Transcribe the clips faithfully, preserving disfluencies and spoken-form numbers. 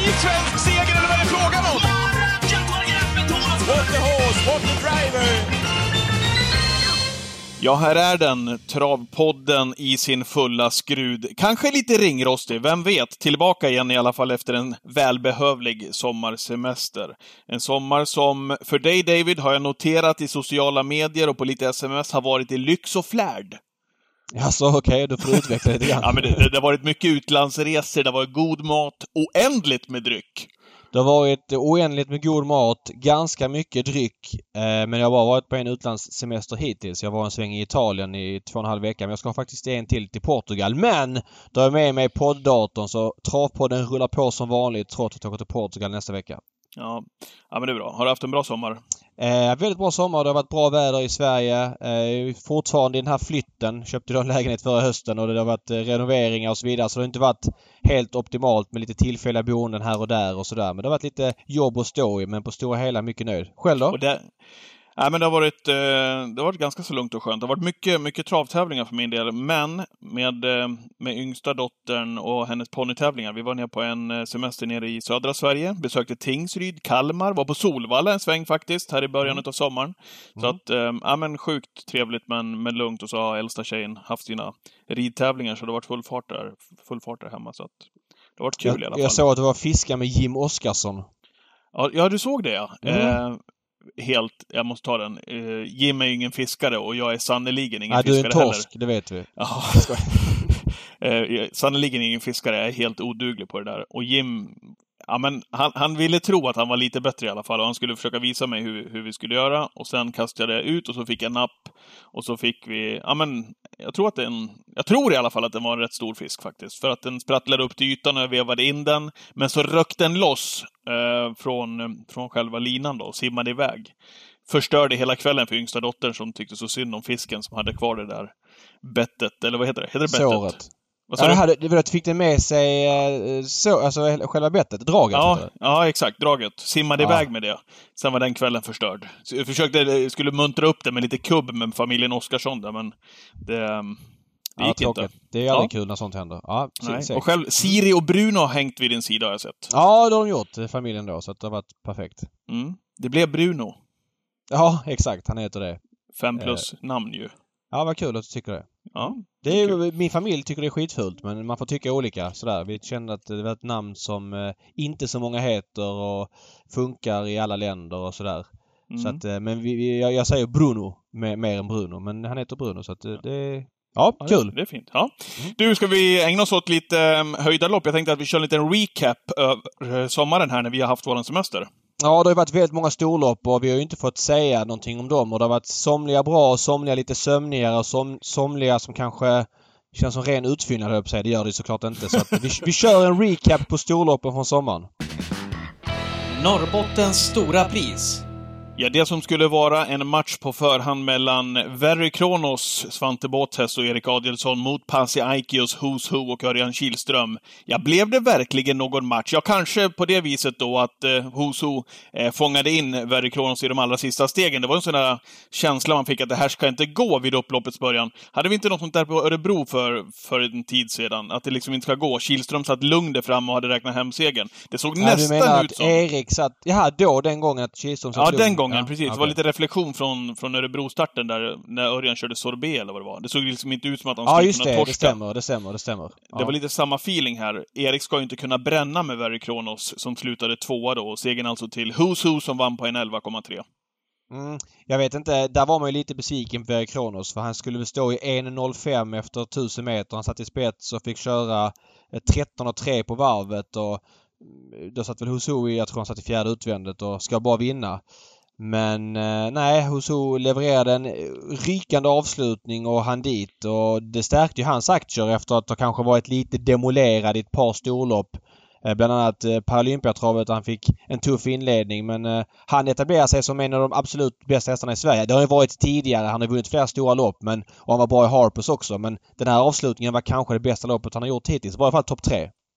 ny svensk seger eller vad är det frågan om? What the horse, what the driver! Ja, här är den, Travpodden i sin fulla skrud. Kanske lite ringrostig, vem vet? Tillbaka igen i alla fall efter en välbehövlig sommarsemester. En sommar som för dig, David, har jag noterat i sociala medier och på lite sms har varit i lyx och flärd. Alltså okej, okay, då får du utveckla lite grann. Ja, men det, det har varit mycket utlandsresor, det har varit god mat, oändligt med dryck. Det har varit oändligt med god mat, ganska mycket dryck, eh, men jag har bara varit på en utlandssemester hittills. Jag var en sväng i Italien i två och en halv vecka, men jag ska faktiskt en till till Portugal. Men då är jag med mig i podddatorn, så Travpodden rullar på som vanligt trots att jag går till Portugal nästa vecka. Ja, ja men det är bra. Har du haft en bra sommar? Eh, väldigt bra sommar. Det har varit bra väder i Sverige. Eh, fortfarande i den här flytten. Köpte då en lägenhet förra hösten och det har varit eh, renoveringar och så vidare. Så det har inte varit helt optimalt med lite tillfälliga boenden här och där och sådär. Men det har varit lite jobb att stå i, men på stora hela mycket nöjd. Själv då? Och det... Ja, men det har varit, det har varit ganska så lugnt och skönt. Det har varit mycket, mycket travtävlingar för min del. Men med, med yngsta dottern och hennes ponnytävlingar. Vi var nere på en semester nere i södra Sverige. Besökte Tingsryd, Kalmar. Var på Solvalla en sväng faktiskt här i början av sommaren. Mm. Så att, ja men sjukt trevligt men, men lugnt. Och så har äldsta tjejen haft sina ridtävlingar. Så det har varit full fart där, full fart där hemma. Så att det har varit kul jag, i alla fall. Jag såg att det var fiska med Jim Oskarsson. Ja, ja du såg det ja. Mm. Eh, Helt, jag måste ta den. Uh, Jim är ju ingen fiskare och jag är sannoliken ingen ja, fiskare heller. Du är en torsk, heller. det vet vi. Ja. uh, sannoliken ingen fiskare, jag är helt oduglig på det där. Och Jim, ja, men han, han ville tro att han var lite bättre i alla fall och han skulle försöka visa mig hur, hur vi skulle göra. Och sen kastade jag ut och så fick jag napp. Och så fick vi, ja men jag tror att den, jag tror i alla fall att den var en rätt stor fisk faktiskt. För att den sprattlade upp till ytan och jag vevade in den. Men så rökte den loss eh, från, från själva linan då och simmade iväg. Förstörde hela kvällen för yngsta dottern som tyckte så synd om fisken som hade kvar det där bettet. Eller vad heter det? Heter det bettet? Såret. Ja, det, hade, det var att fick den med sig så, alltså själva bettet, draget. Ja, ja, exakt, draget. Simmade ja. iväg med det. Sen var den kvällen förstörd. Så jag försökte, skulle muntra upp det med lite kubb med familjen Oskarsson där, men det, det gick ja, inte. Det är aldrig ja. kul när sånt händer. Ja, och själv, Siri och Bruno har hängt vid din sida har jag sett. Ja, det har de gjort, familjen då, så att det har varit perfekt. Mm. Det blev Bruno. Ja, exakt, han heter det. Fem plus eh. namn ju. Ja, vad kul att du tycker det. Ja, det är, min familj tycker det är skitfullt, men man får tycka olika sådär. Vi kände att det var ett namn som eh, inte så många heter och funkar i alla länder och sådär. Mm. Så att, eh, men vi, vi, jag, jag säger Bruno med, mer än Bruno, men han heter Bruno så att eh, det ja, ja, kul. Det är fint. Ja. Mm. Du, ska vi ägna oss åt lite um, höjda lopp? Jag tänkte att vi kör en liten recap över sommaren här när vi har haft vår semester. Ja, det har varit väldigt många storlopp och vi har ju inte fått säga någonting om dem. Och det har varit somliga bra och somliga lite sömnigare och som, somliga som kanske känns som ren utfyllnad, höll jag på att säga. Det gör det såklart inte. Så att vi, vi kör en recap på storloppen från sommaren. Norrbottens stora pris. Ja, det som skulle vara en match på förhand mellan Very Kronos, Svante Båthäst och Erik Adielsson mot Pasi Aikios, Who's Who och Örjan Kihlström. Ja, blev det verkligen någon match? Ja, kanske på det viset då att eh, Who's Who eh, fångade in Very Kronos i de allra sista stegen. Det var en sån där känsla man fick att det här ska inte gå vid upploppets början. Hade vi inte något sånt där på Örebro för, för en tid sedan? Att det liksom inte ska gå. Kihlström satt lugn där fram och hade räknat hem segern. Det såg ja, nästan du menar ut att som... Erik satt... Ja, då den gången att Kihlström satt Ja, lugn. den gången. Ja, precis. Okay. Det var lite reflektion från, från Örebro-starten där när Örjan körde sorbet eller vad det var. Det såg liksom inte ut som att de skulle ja, just kunna det, torska. det stämmer, det stämmer, det stämmer. Ja. Det var lite samma feeling här. Erik ska ju inte kunna bränna med Very Kronos som slutade tvåa då. Och segern alltså till Who's Who som vann på en elva komma tre. Mm, jag vet inte, där var man ju lite besviken på Very Kronos för han skulle väl stå i en noll fem efter tusen meter. Han satt i spets och fick köra tretton och tre på varvet och då satt väl Who's Who i, jag tror han satt i fjärde utvändet och ska bara vinna. Men eh, nej, Who's Who levererade en rykande avslutning och han dit och det stärkte ju hans aktier efter att ha kanske varit lite demolerad i ett par storlopp. Eh, bland annat eh, Paralympiatravet, han fick en tuff inledning men eh, han etablerar sig som en av de absolut bästa hästarna i Sverige. Det har ju varit tidigare, han har vunnit flera stora lopp men, och han var bra i Harpers också, men den här avslutningen var kanske det bästa loppet han har gjort hittills. Det var i alla fall topp tre.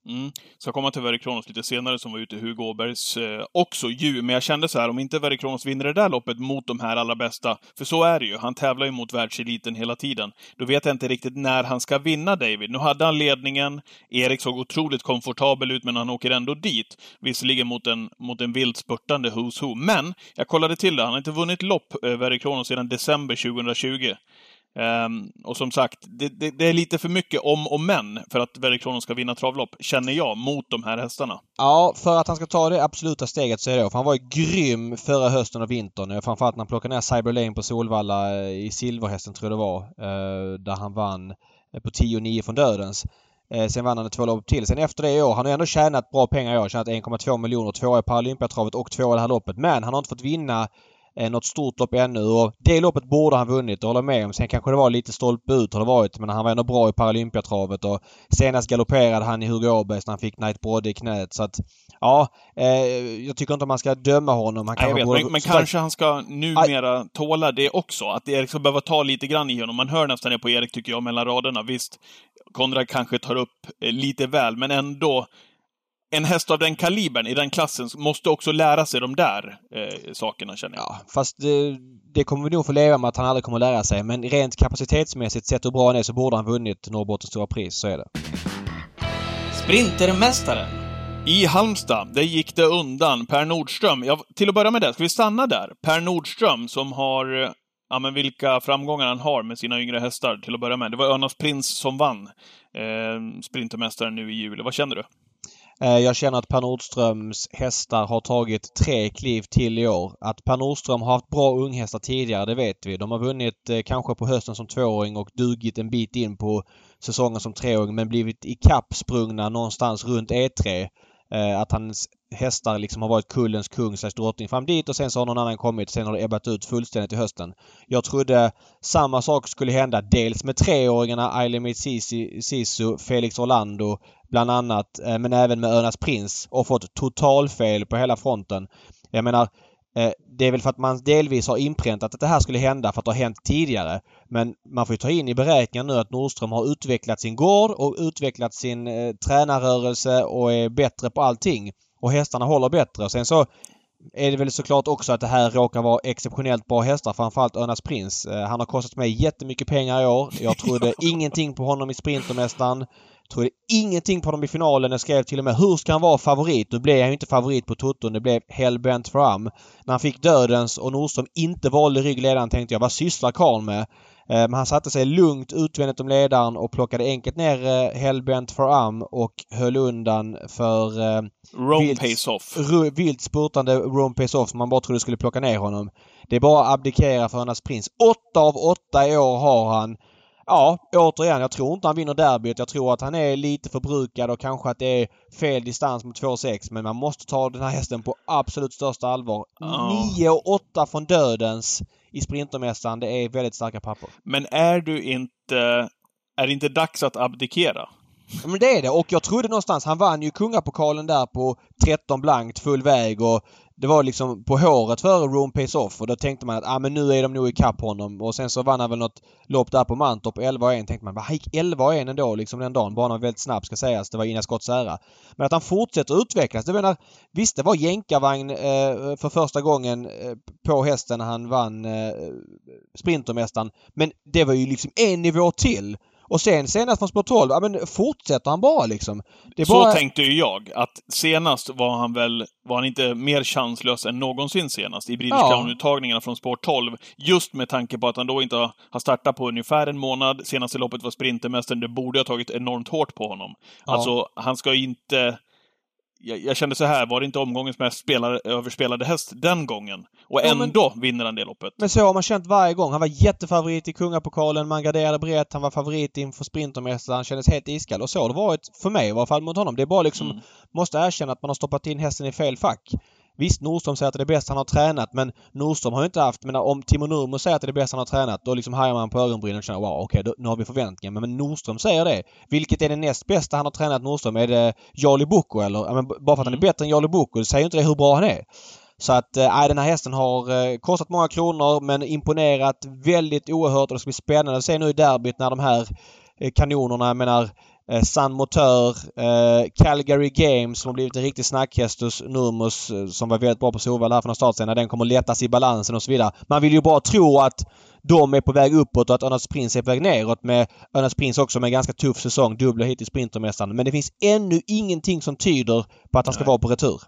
Mm. Ska komma till Verry Kronos lite senare som var ute i Hugo Åbergs eh, också ju. Men jag kände så här, om inte Verry Kronos vinner det där loppet mot de här allra bästa, för så är det ju, han tävlar ju mot världseliten hela tiden. Då vet jag inte riktigt när han ska vinna, David. Nu hade han ledningen, Erik såg otroligt komfortabel ut, men han åker ändå dit. Visserligen mot en, mot en vilt spurtande Who's Who. Men jag kollade till det, han har inte vunnit lopp eh, Verry Kronos sedan december tjugohundratjugo. Um, och som sagt, det, det, det är lite för mycket om och men för att Verry Kronos ska vinna travlopp, känner jag, mot de här hästarna. Ja, för att han ska ta det absoluta steget så är det. För han var ju grym förra hösten och vintern. Framförallt när han plockade ner Cyber Lane på Solvalla i Silverhästen, tror jag det var. Där han vann på tio nio från Dödens. Sen vann han två lopp till. Sen efter det i år, han har ändå tjänat bra pengar i år. Tjänat en komma två miljoner, två i Paralympiatravet och två i det här loppet. Men han har inte fått vinna något stort lopp ännu, och det loppet borde han vunnit, och håller med om. Sen kanske det var lite stolpe ut har det varit, men han var ändå bra i Paralympiatravet, och senast galopperade han i Hugo Åbergs när han fick Knight Brodde i knät. Så att ja, eh, jag tycker inte att man ska döma honom. Han Nej, jag vet, borde, men, men kanske han ska numera aj, tåla det också, att Erik ska behöva ta lite grann i honom. Man hör nästan det på Erik, tycker jag, mellan raderna. Visst, Konrad kanske tar upp eh, lite väl, men ändå en häst av den kalibern i den klassen måste också lära sig de där eh, sakerna, känner jag. Ja, fast det, det kommer vi nog få leva med att han aldrig kommer lära sig. Men rent kapacitetsmässigt, sett hur bra han är, så borde han vunnit Norrbottens stora pris, så är det. Sprintermästaren. I Halmstad, det gick det undan. Per Nordström, ja, till att börja med det, ska vi stanna där? Per Nordström som har, ja men vilka framgångar han har med sina yngre hästar till att börja med. Det var Örnas Prins som vann eh, Sprintermästaren nu i juli. Vad känner du? Jag känner att Per Nordströms hästar har tagit tre kliv till i år. Att Per Nordström har haft bra unghästar tidigare, det vet vi. De har vunnit eh, kanske på hösten som tvååring och dugit en bit in på säsongen som treåring, men blivit ikappsprungna någonstans runt E tre. Eh, att hans hästar liksom har varit kullens kung, slash drottning fram dit, och sen så har någon annan kommit. Sen har det ebbat ut fullständigt i hösten. Jag trodde samma sak skulle hända dels med treåringarna Ailey Sisu, Felix Orlando bland annat, men även med Örnas Prins, och fått totalfel på hela fronten. Jag menar, det är väl för att man delvis har inpräntat att det här skulle hända för att det har hänt tidigare. Men man får ju ta in i beräkningen nu att Nordström har utvecklat sin gård och utvecklat sin eh, tränarrörelse och är bättre på allting. Och hästarna håller bättre. Sen så är det väl såklart också att det här råkar vara exceptionellt bra hästar, framförallt Örnas Prins. Eh, han har kostat mig jättemycket pengar i år. Jag trodde ingenting på honom i Sprintermästaren. Trodde ingenting på honom i finalen. Jag skrev till och med, hur ska han vara favorit? Då blev han ju inte favorit på Toton. Det blev Hellbent fram. När han fick Dödens och Nordström inte valde ryggledaren, tänkte jag, vad sysslar Karl med? Men han satte sig lugnt utvändigt om ledaren och plockade enkelt ner Hellbent fram och höll undan för Rome Pace Off. Vilt spurtande Rome Pace Off, som man bara trodde skulle plocka ner honom. Det är bara att abdikera för Örnas Prins. Åtta av åtta i år har han. Ja, återigen, jag tror inte han vinner derbyt. Jag tror att han är lite förbrukad och kanske att det är fel distans mot två sex. Men man måste ta den här hästen på absolut största allvar. nio och åtta från Dödens i Sprintermästaren, det är väldigt starka papper. Men är du inte... Är det inte dags att abdikera? Men det är det. Och jag trodde någonstans, han vann ju kungapokalen där på tretton blankt full väg, och det var liksom på håret före Rome Pace Off, och då tänkte man att ah, men nu är de nog i kapp honom. Och sen så vann han väl något lopp där på Mantorp på elva ett. Tänkte man, han gick elva ett ändå liksom den dagen. Banan var väldigt snabb, ska sägas. Det var Ina Scotts ära. Men att han fortsätter utvecklas. Det menar, visst, det var jänkarvagn eh, för första gången eh, på hästen när han vann eh, Sprintermästaren. Men det var ju liksom en nivå till. Och sen senast från spår tolv, ja, men fortsätter han bara liksom. Det är så bara... tänkte ju jag, att senast var han väl, var han inte mer chanslös än någonsin senast i British ja. Crown-uttagningarna från spår tolv. Just med tanke på att han då inte har startat på ungefär en månad. Senaste loppet var Sprintermästaren, det borde ha tagit enormt hårt på honom. Ja. Alltså, han ska inte... Jag, jag kände så här, var det inte omgångens mest spelare, överspelade häst den gången? Och ja, ändå men, vinner han det loppet. Men så har man känt varje gång. Han var jättefavorit i kungapokalen, man garderade brett, han var favorit inför Sprintermästaren, han kändes helt iskall. Och så har det varit för mig i varje fall mot honom. Det är bara liksom, mm. måste erkänna att man har stoppat in hästen i fel fack. Visst, Nordström säger att det är det bästa han har tränat, men Nordström har ju inte haft, men om Timo Nurmo säger att det är det bästa han har tränat, då liksom hajar man på ögonbrynen och känner, wow, okej, okay, nu har vi förväntningar. Men, men Nordström säger det. Vilket är det näst bästa han har tränat, Nordström? Är det Jarly Boko eller? Ja, men bara för att han är bättre än Jarly Boko, säger inte det hur bra han är. Så att äh, den här hästen har äh, kostat många kronor, men imponerat väldigt oerhört, och det ska bli spännande att se nu i derbyt när de här äh, kanonerna, jag menar, eh, San Motör, eh, Calgary Games som har blivit en riktig snackhäst hos Nurmos eh, som var väldigt bra på Solvalla här för några start sedan. När den kommer lättas i balansen och så vidare. Man vill ju bara tro att de är på väg uppåt och att Önas Prins är på väg neråt med Önas Prins också med en ganska tuff säsong. Dubbla hit i Sprintermästaren. Men det finns ännu ingenting som tyder på att han ska Nej. vara på retur.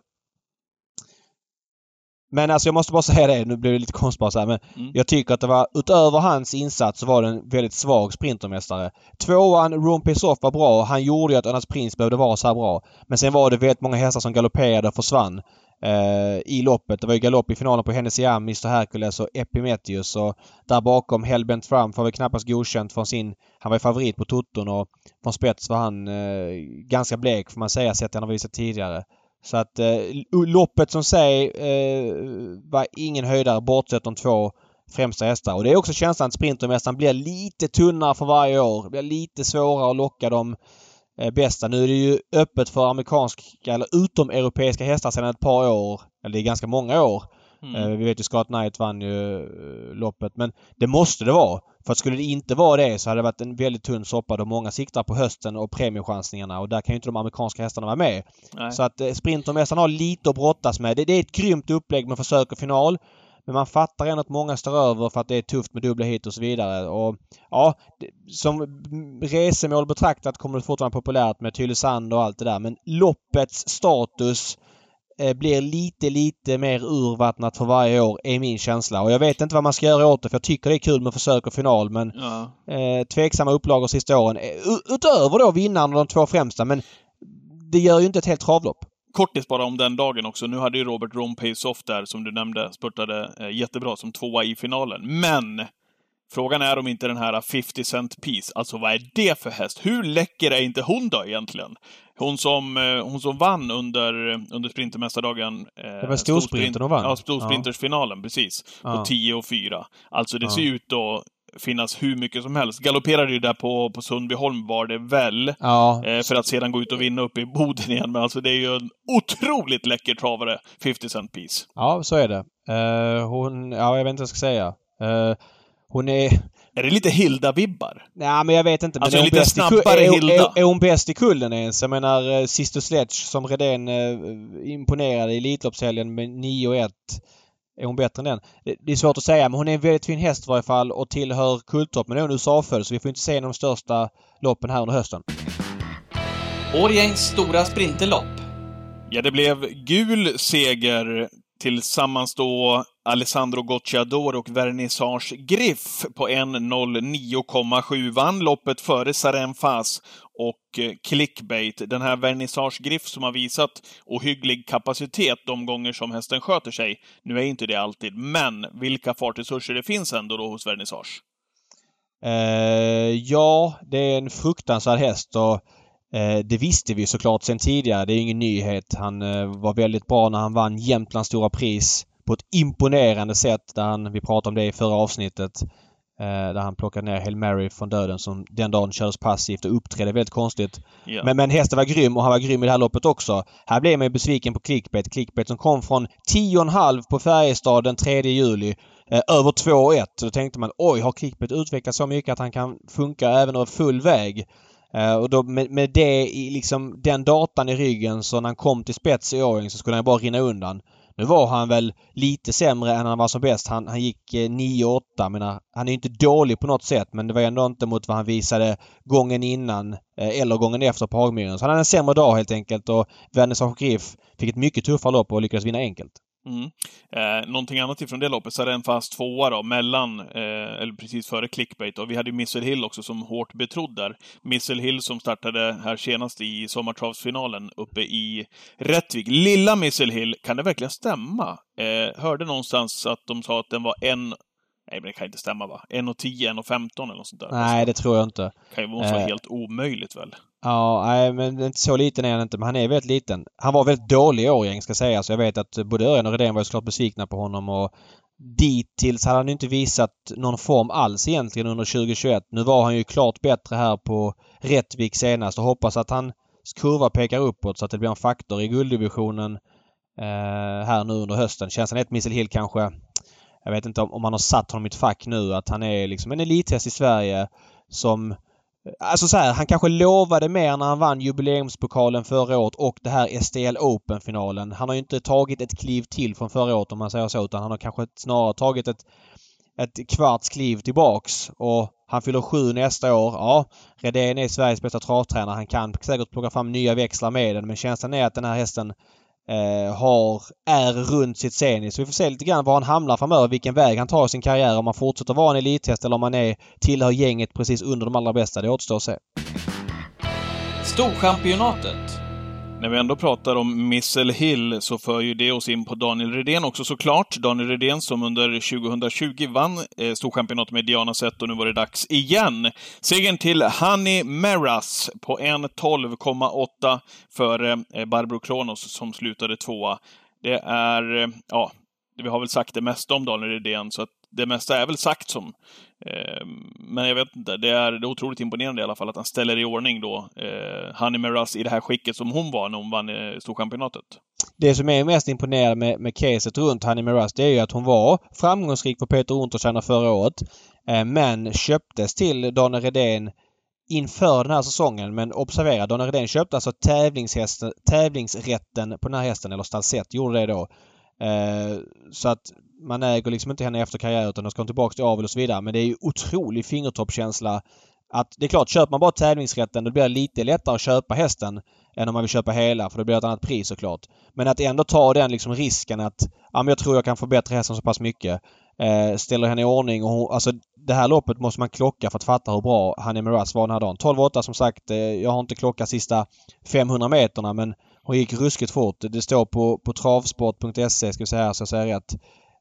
Men alltså jag måste bara säga det, nu blir det lite konstigt så här, men mm. jag tycker att det var, utöver hans insats så var det en väldigt svag sprintermästare. Tvåan, Room Pace Off var bra. Han gjorde ju att Önas Prins behövde vara så här bra. Men sen var det väldigt många hästar som galopperade och försvann eh, i loppet. Det var ju galopp i finalen på Hennessy Am, mister Hercules och Epimetheus. Och där bakom Hellbent Trump var väl knappast godkänt från sin... Han var ju favorit på Toton och från spets var han eh, ganska blek får man säga, sett han har visat tidigare. Så att eh, loppet som säger eh, var ingen höjdare bortsett de två främsta hästar. Och det är också känslan att Sprintermästaren blir lite tunnare för varje år. Det blir lite svårare att locka de eh, bästa. Nu är det ju öppet för amerikanska eller utomeuropeiska hästar sedan ett par år. Eller det är ganska många år. Mm. Eh, vi vet ju Scott Knight vann ju eh, loppet. Men det måste det vara. För att skulle det inte vara det så hade det varit en väldigt tunn soppa då många siktar på hösten och premiechansningarna och där kan ju inte de amerikanska hästarna vara med. Nej. Så att eh, Sprintermästaren har lite att brottas med. Det, det är ett grymt upplägg med försök och final. Men man fattar ändå att många står över för att det är tufft med dubbla hit och så vidare. Och ja, som resemål betraktat kommer det fortfarande populärt med Tylösand och allt det där. Men loppets status blir lite, lite mer urvattnat för varje år är min känsla. Och jag vet inte vad man ska göra åt det för jag tycker det är kul med försök och final men ja. eh, tveksamma upplagor sista åren. Utöver då vinnaren och de två främsta men det gör ju inte ett helt travlopp. Kortis bara om den dagen också. Nu hade ju Robert Room Pace Off där som du nämnde spurtade eh, jättebra som tvåa i finalen. Men frågan är om inte den här femtio cent piece, alltså vad är det för häst? Hur läcker är inte hon då egentligen? Hon som, hon som vann under, under Sprintermästardagen. Det var storsprinten hon vann. Ja, storsprintersfinalen, ja. Precis. Ja. På tio och fyra. Alltså det ja. ser ut att finnas hur mycket som helst. Galopperade ju där på, på Sundbyholm var det väl. Ja. Eh, för att sedan gå ut och vinna upp i Boden igen. Men alltså det är ju en otroligt läcker travare, femtio cent piece. Ja, så är det. Uh, hon, ja jag vet inte vad jag ska säga. Uh, Hon är... Är det lite Hilda-vibbar? Nej, men jag vet inte. Men alltså är lite snabbare är, Hilda? Är, är hon bäst i kullen ens? Jag menar, Sister Sledge som Redén eh, imponerade i Elitloppshelgen med nio ett. Är hon bättre än den? Det är svårt att säga, men hon är en väldigt fin häst i varje fall och tillhör kulttopp. Men nu är hon U S A-född så vi får inte se de största loppen här under hösten. Årjängs stora sprinterlopp. Ja, det blev gul seger tillsammans då Alessandro Gocciador och Vernissage Griff på en noll nio komma sju vann loppet före Sarenfas och Clickbait. Den här Vernissage Griff som har visat ohygglig kapacitet de gånger som hästen sköter sig. Nu är inte det alltid, men vilka fartresurser det finns ändå då hos Vernissage? Uh, ja, det är en fruktansvärd häst och Eh, det visste vi såklart sedan tidigare. Det är ingen nyhet. Han eh, var väldigt bra när han vann Jämtlands stora pris på ett imponerande sätt. Där han, vi pratade om det i förra avsnittet. Eh, där han plockade ner Hail Mary från döden som den dagen kördes passivt och uppträdde väldigt konstigt. Yeah. Men, men hästen var grym och han var grym i det här loppet också. Här blev man ju besviken på Clickbait. Clickbait som kom från tio komma fem på Färjestad den tredje juli. Eh, över två ett. Då tänkte man, oj, har Clickbait utvecklat så mycket att han kan funka även över full väg? Uh, och då med, med det i liksom den datan i ryggen så när han kom till spets i Årjäng så skulle han bara rinna undan. Nu var han väl lite sämre än han var som bäst. Han, han gick eh, nio åtta. Menar, han är inte dålig på något sätt men det var ändå inte mot vad han visade gången innan eh, eller gången efter på Hagmyren. Så han hade en sämre dag helt enkelt och Vernissage Griff fick ett mycket tuffare lopp och lyckades vinna enkelt. Mm. Eh, någonting annat ifrån det loppet så är det en fast tvåa då, mellan, eh, eller precis före Clickbait och vi hade Missile Hill också som hårt betrodd där. Missile Hill som startade här senast i sommartravsfinalen uppe i Rättvik. Lilla Missile Hill, kan det verkligen stämma? Eh, hörde någonstans att de sa att den var en Nej, men det kan inte stämma va? en och tio, en och femton eller något sånt där. Nej, det tror jag inte. Kan ju vara så eh. helt omöjligt väl? Ja, nej, men inte så liten är han inte. Men han är väldigt liten. Han var väldigt dålig i Årjäng ska säga. Så jag vet att både Örjan och Redén var ju såklart besvikna på honom. Och dittills hade han inte visat någon form alls egentligen under tjugohundratjugoett. Nu var han ju klart bättre här på Rättvik senast. Och hoppas att hans kurva pekar uppåt så att det blir en faktor i gulddivisionen eh, här nu under hösten. Känns han ett Missile Hill kanske... Jag vet inte om, om man har satt honom i ett fack nu. Att han är liksom en elithäst i Sverige som... Alltså så här, han kanske lovade mer när han vann jubileumspokalen förra året och det här S T L Open-finalen. Han har ju inte tagit ett kliv till från förra året om man säger så, utan han har kanske snarare tagit ett, ett kvarts kliv tillbaks. Och han fyller sju nästa år. Ja, Redén är Sveriges bästa travtränare. Han kan säkert plocka fram nya växlar med den, men känslan är att den här hästen eh, har, är runt sitt senigt. Så vi får se lite grann var han hamnar framöver, vilken väg han tar i sin karriär. Om han fortsätter vara en elithäst eller om han är, tillhör gänget precis under de allra bästa. Det återstår att se. Storchampionatet. När vi ändå pratar om Missile Hill så för ju det oss in på Daniel Redén också såklart. Daniel Redén som under tjugohundratjugo vann eh, storchampionatet med Diana Zet och nu var det dags igen. Segern till Honey Meras på ett tolv komma åtta för eh, Barbro Kronos som slutade tvåa. Det är, eh, ja, vi har väl sagt det mesta om Daniel Redén så att det mesta är väl sagt som. Eh, men jag vet inte, det är, det är otroligt imponerande i alla fall att han ställer i ordning då eh, Honey Meras i det här skicket som hon var när hon vann eh, storchampionatet. Det som är mest imponerande med, med caset runt Honey Meras, det är ju att hon var framgångsrik på Peter Untersteiner förra året. Eh, men köptes till Daniel Redén inför den här säsongen. Men observera, Daniel Redén köpte alltså tävlingsrätten på den här hästen, eller Stalsett gjorde det då. Eh, så att man äger liksom inte henne efter karriär utan de ska tillbaka till avel och så vidare. Men det är ju otrolig fingertoppkänsla att det är klart, köper man bara tävlingsrätten då blir det lite lättare att köpa hästen än om man vill köpa hela, för det blir ett annat pris såklart. Men att ändå ta den liksom risken att ja, men jag tror jag kan förbättra hästen så pass mycket. Eh, ställer henne i ordning och hon, alltså det här loppet måste man klocka för att fatta hur bra Honey Meras var den här dagen. tolv åtta som sagt, eh, jag har inte klockat sista femhundra meterna men hon gick ruskigt fort. Det står på, på travsport punkt se ska vi säga här så jag säger rätt.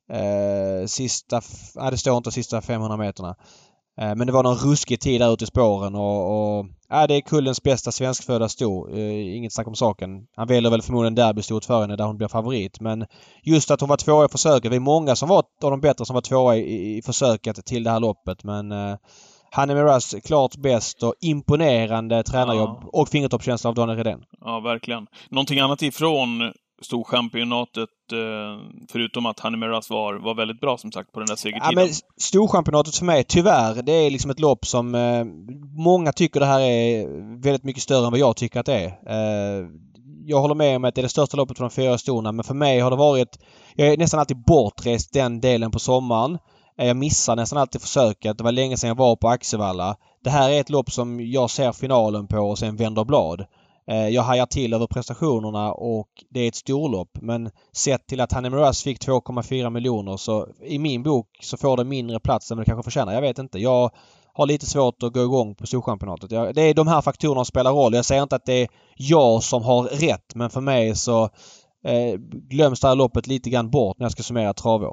Eh, sista, nej det står inte sista femhundra meterna. Eh, men det var någon ruskig tid där ute i spåren och, och ja, det är kullens bästa svenskfödda sto. Eh, inget snack om saken. Han väljer väl förmodligen derbystort för henne där hon blir favorit. Men just att hon var tvåa i försöket. Vi är många som var av de bättre som var tvåa i, i försöket till det här loppet. Men eh, Honey Meras klart bäst och imponerande tränarjobb ja. Och fingertoppkänsla av Daniel Redén. Ja, verkligen. Någonting annat ifrån storchampionatet förutom att Honey Meras var, var väldigt bra som sagt på den där segertiden. Ja, men storchampionatet för mig, tyvärr, det är liksom ett lopp som eh, många tycker det här är väldigt mycket större än vad jag tycker att det är. Eh, jag håller med om att det är det största loppet från de fyra storna, men för mig har det varit, jag är nästan alltid bortrest den delen på sommaren. Jag missar nästan alltid försöket. Det var länge sedan jag var på Axevalla. Det här är ett lopp som jag ser finalen på och sen vänder blad. Jag hajar till över prestationerna och det är ett storlopp. Men sett till att Honey Meras fick två komma fyra miljoner så i min bok så får det mindre plats än det kanske förtjänar. Jag vet inte. Jag har lite svårt att gå igång på storchampionatet. Det är de här faktorerna som spelar roll. Jag säger inte att det är jag som har rätt, men för mig så eh, glöms det här loppet lite grann bort när jag ska summera travår.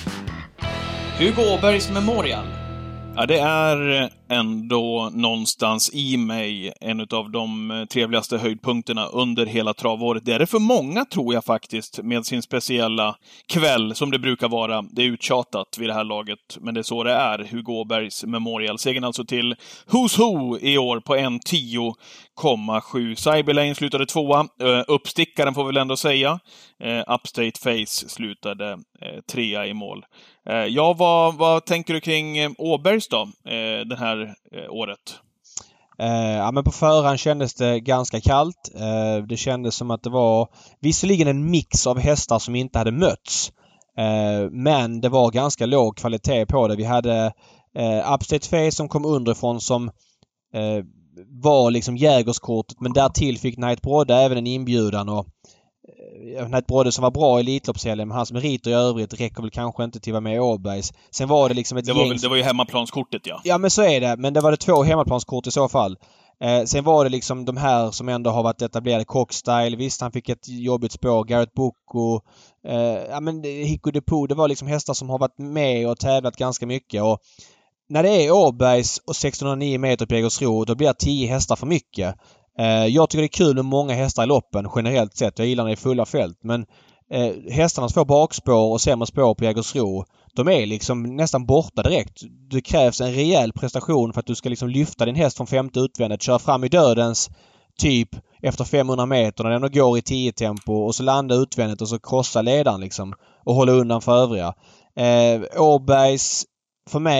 Hugo Åbergs Memorial. Ja, det är ändå någonstans i mig en av de trevligaste höjdpunkterna under hela travåret. Det är det för många, tror jag faktiskt, med sin speciella kväll som det brukar vara. Det är uttjatat vid det här laget, men det är så det är. Hugo Åbergs Memorial. Segern alltså till Who's Who i år på en tio komma sju. Cyberlane slutade tvåa. Uh, uppstickaren får vi väl ändå säga. Uh, Upstate Face slutade uh, trea i mål. Uh, ja, vad, vad tänker du kring uh, Åbergs då, uh, det här uh, året? Uh, ja, men på förhand kändes det ganska kallt. Uh, det kändes som att det var visserligen en mix av hästar som inte hade mötts. Uh, men det var ganska låg kvalitet på det. Vi hade uh, Upstate Face som kom underifrån som uh, var liksom jägerskortet, men därtill fick Night Brodde även en inbjudan och eh, Night Brodde som var bra i Elitloppshelgen, men hans meriter i övrigt räcker väl kanske inte till att vara med i Åbergs. Sen var det liksom ett det var gäng... väl, det var ju hemmaplanskortet, ja. Ja, men så är det. Men det var det två hemmaplanskort i så fall. Eh, sen var det liksom de här som ändå har varit etablerade. Cockstyle, visst han fick ett jobbigt spår. Garrett Bocco, eh, ja men Hicko Depot, det var liksom hästar som har varit med och tävlat ganska mycket och när det är Åbergs och sextonhundranio meter på Jägersro, då blir det tio hästar för mycket. Eh, jag tycker det är kul med många hästar i loppen generellt sett. Jag gillar när det är fulla fält. Men eh, hästarna får bakspår och sämre spår på Jägersro, de är liksom nästan borta direkt. Det krävs en rejäl prestation för att du ska liksom lyfta din häst från femte utvändet, köra fram i dödens typ efter femhundra meter när den går i tio tempo och så landa utvändet och så krossa ledaren liksom och hålla undan för övriga. Eh, Åbergs för mig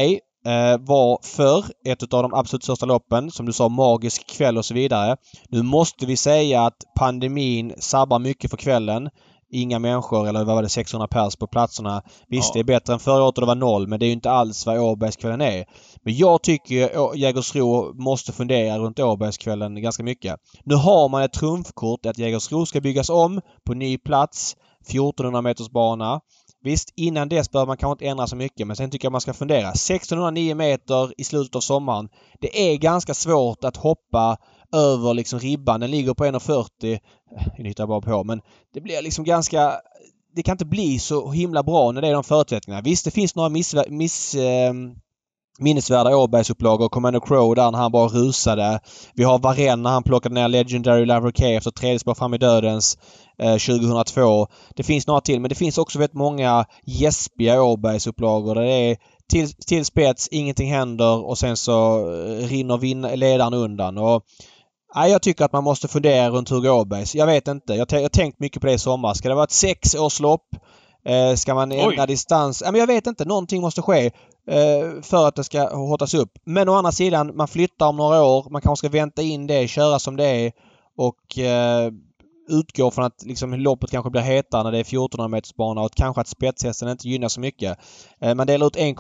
eh, var för ett av de absolut största loppen. Som du sa, magisk kväll och så vidare. Nu måste vi säga att pandemin sabbar mycket för kvällen. Inga människor, eller vad var det, sexhundra pers på platserna. Visst, ja. Det är bättre än förra året och det var noll, men det är ju inte alls vad Åbergskvällen är. Men jag tycker att Jägersro måste fundera runt Åbergskvällen ganska mycket. Nu har man ett trumfkort att Jägersro ska byggas om på ny plats, fjortonhundra meters bana. Visst, innan dess bör man kanske inte ändra så mycket, men sen tycker jag man ska fundera. sextonhundranio meter i slutet av sommaren. Det är ganska svårt att hoppa över liksom ribban. Den ligger på en fyrtio. Jag hittar bara på, men det blir liksom ganska... Det kan inte bli så himla bra när det är de förutsättningarna. Visst, det finns några miss... miss eh, minnesvärda Åbergsupplagor. Commander Crow där när han bara rusade. Vi har Varenne när han plockade ner Legendary Lavroquet efter tredje spår fram i dödens eh, tjugohundratvå. Det finns några till, men det finns också vet många gäspiga Åbergsupplagor där det är till, till spets, ingenting händer och sen så eh, rinner vin- ledaren undan. Och nej, jag tycker att man måste fundera runt Hugo Åbergs. Jag vet inte. Jag, t- jag har tänkt mycket på det i sommar. Ska det vara ett sexårslopp? Eh, ska man ändra Oj. distans? Ja, men jag vet inte. Någonting måste ske eh, för att det ska hotas upp. Men å andra sidan, man flyttar om några år. Man kanske ska vänta in det, köra som det är och eh, utgå från att liksom, loppet kanske blir hetare när det är fjortonhundra meters bana och kanske att spetshästen inte gynnar så mycket. Eh, man delar ut en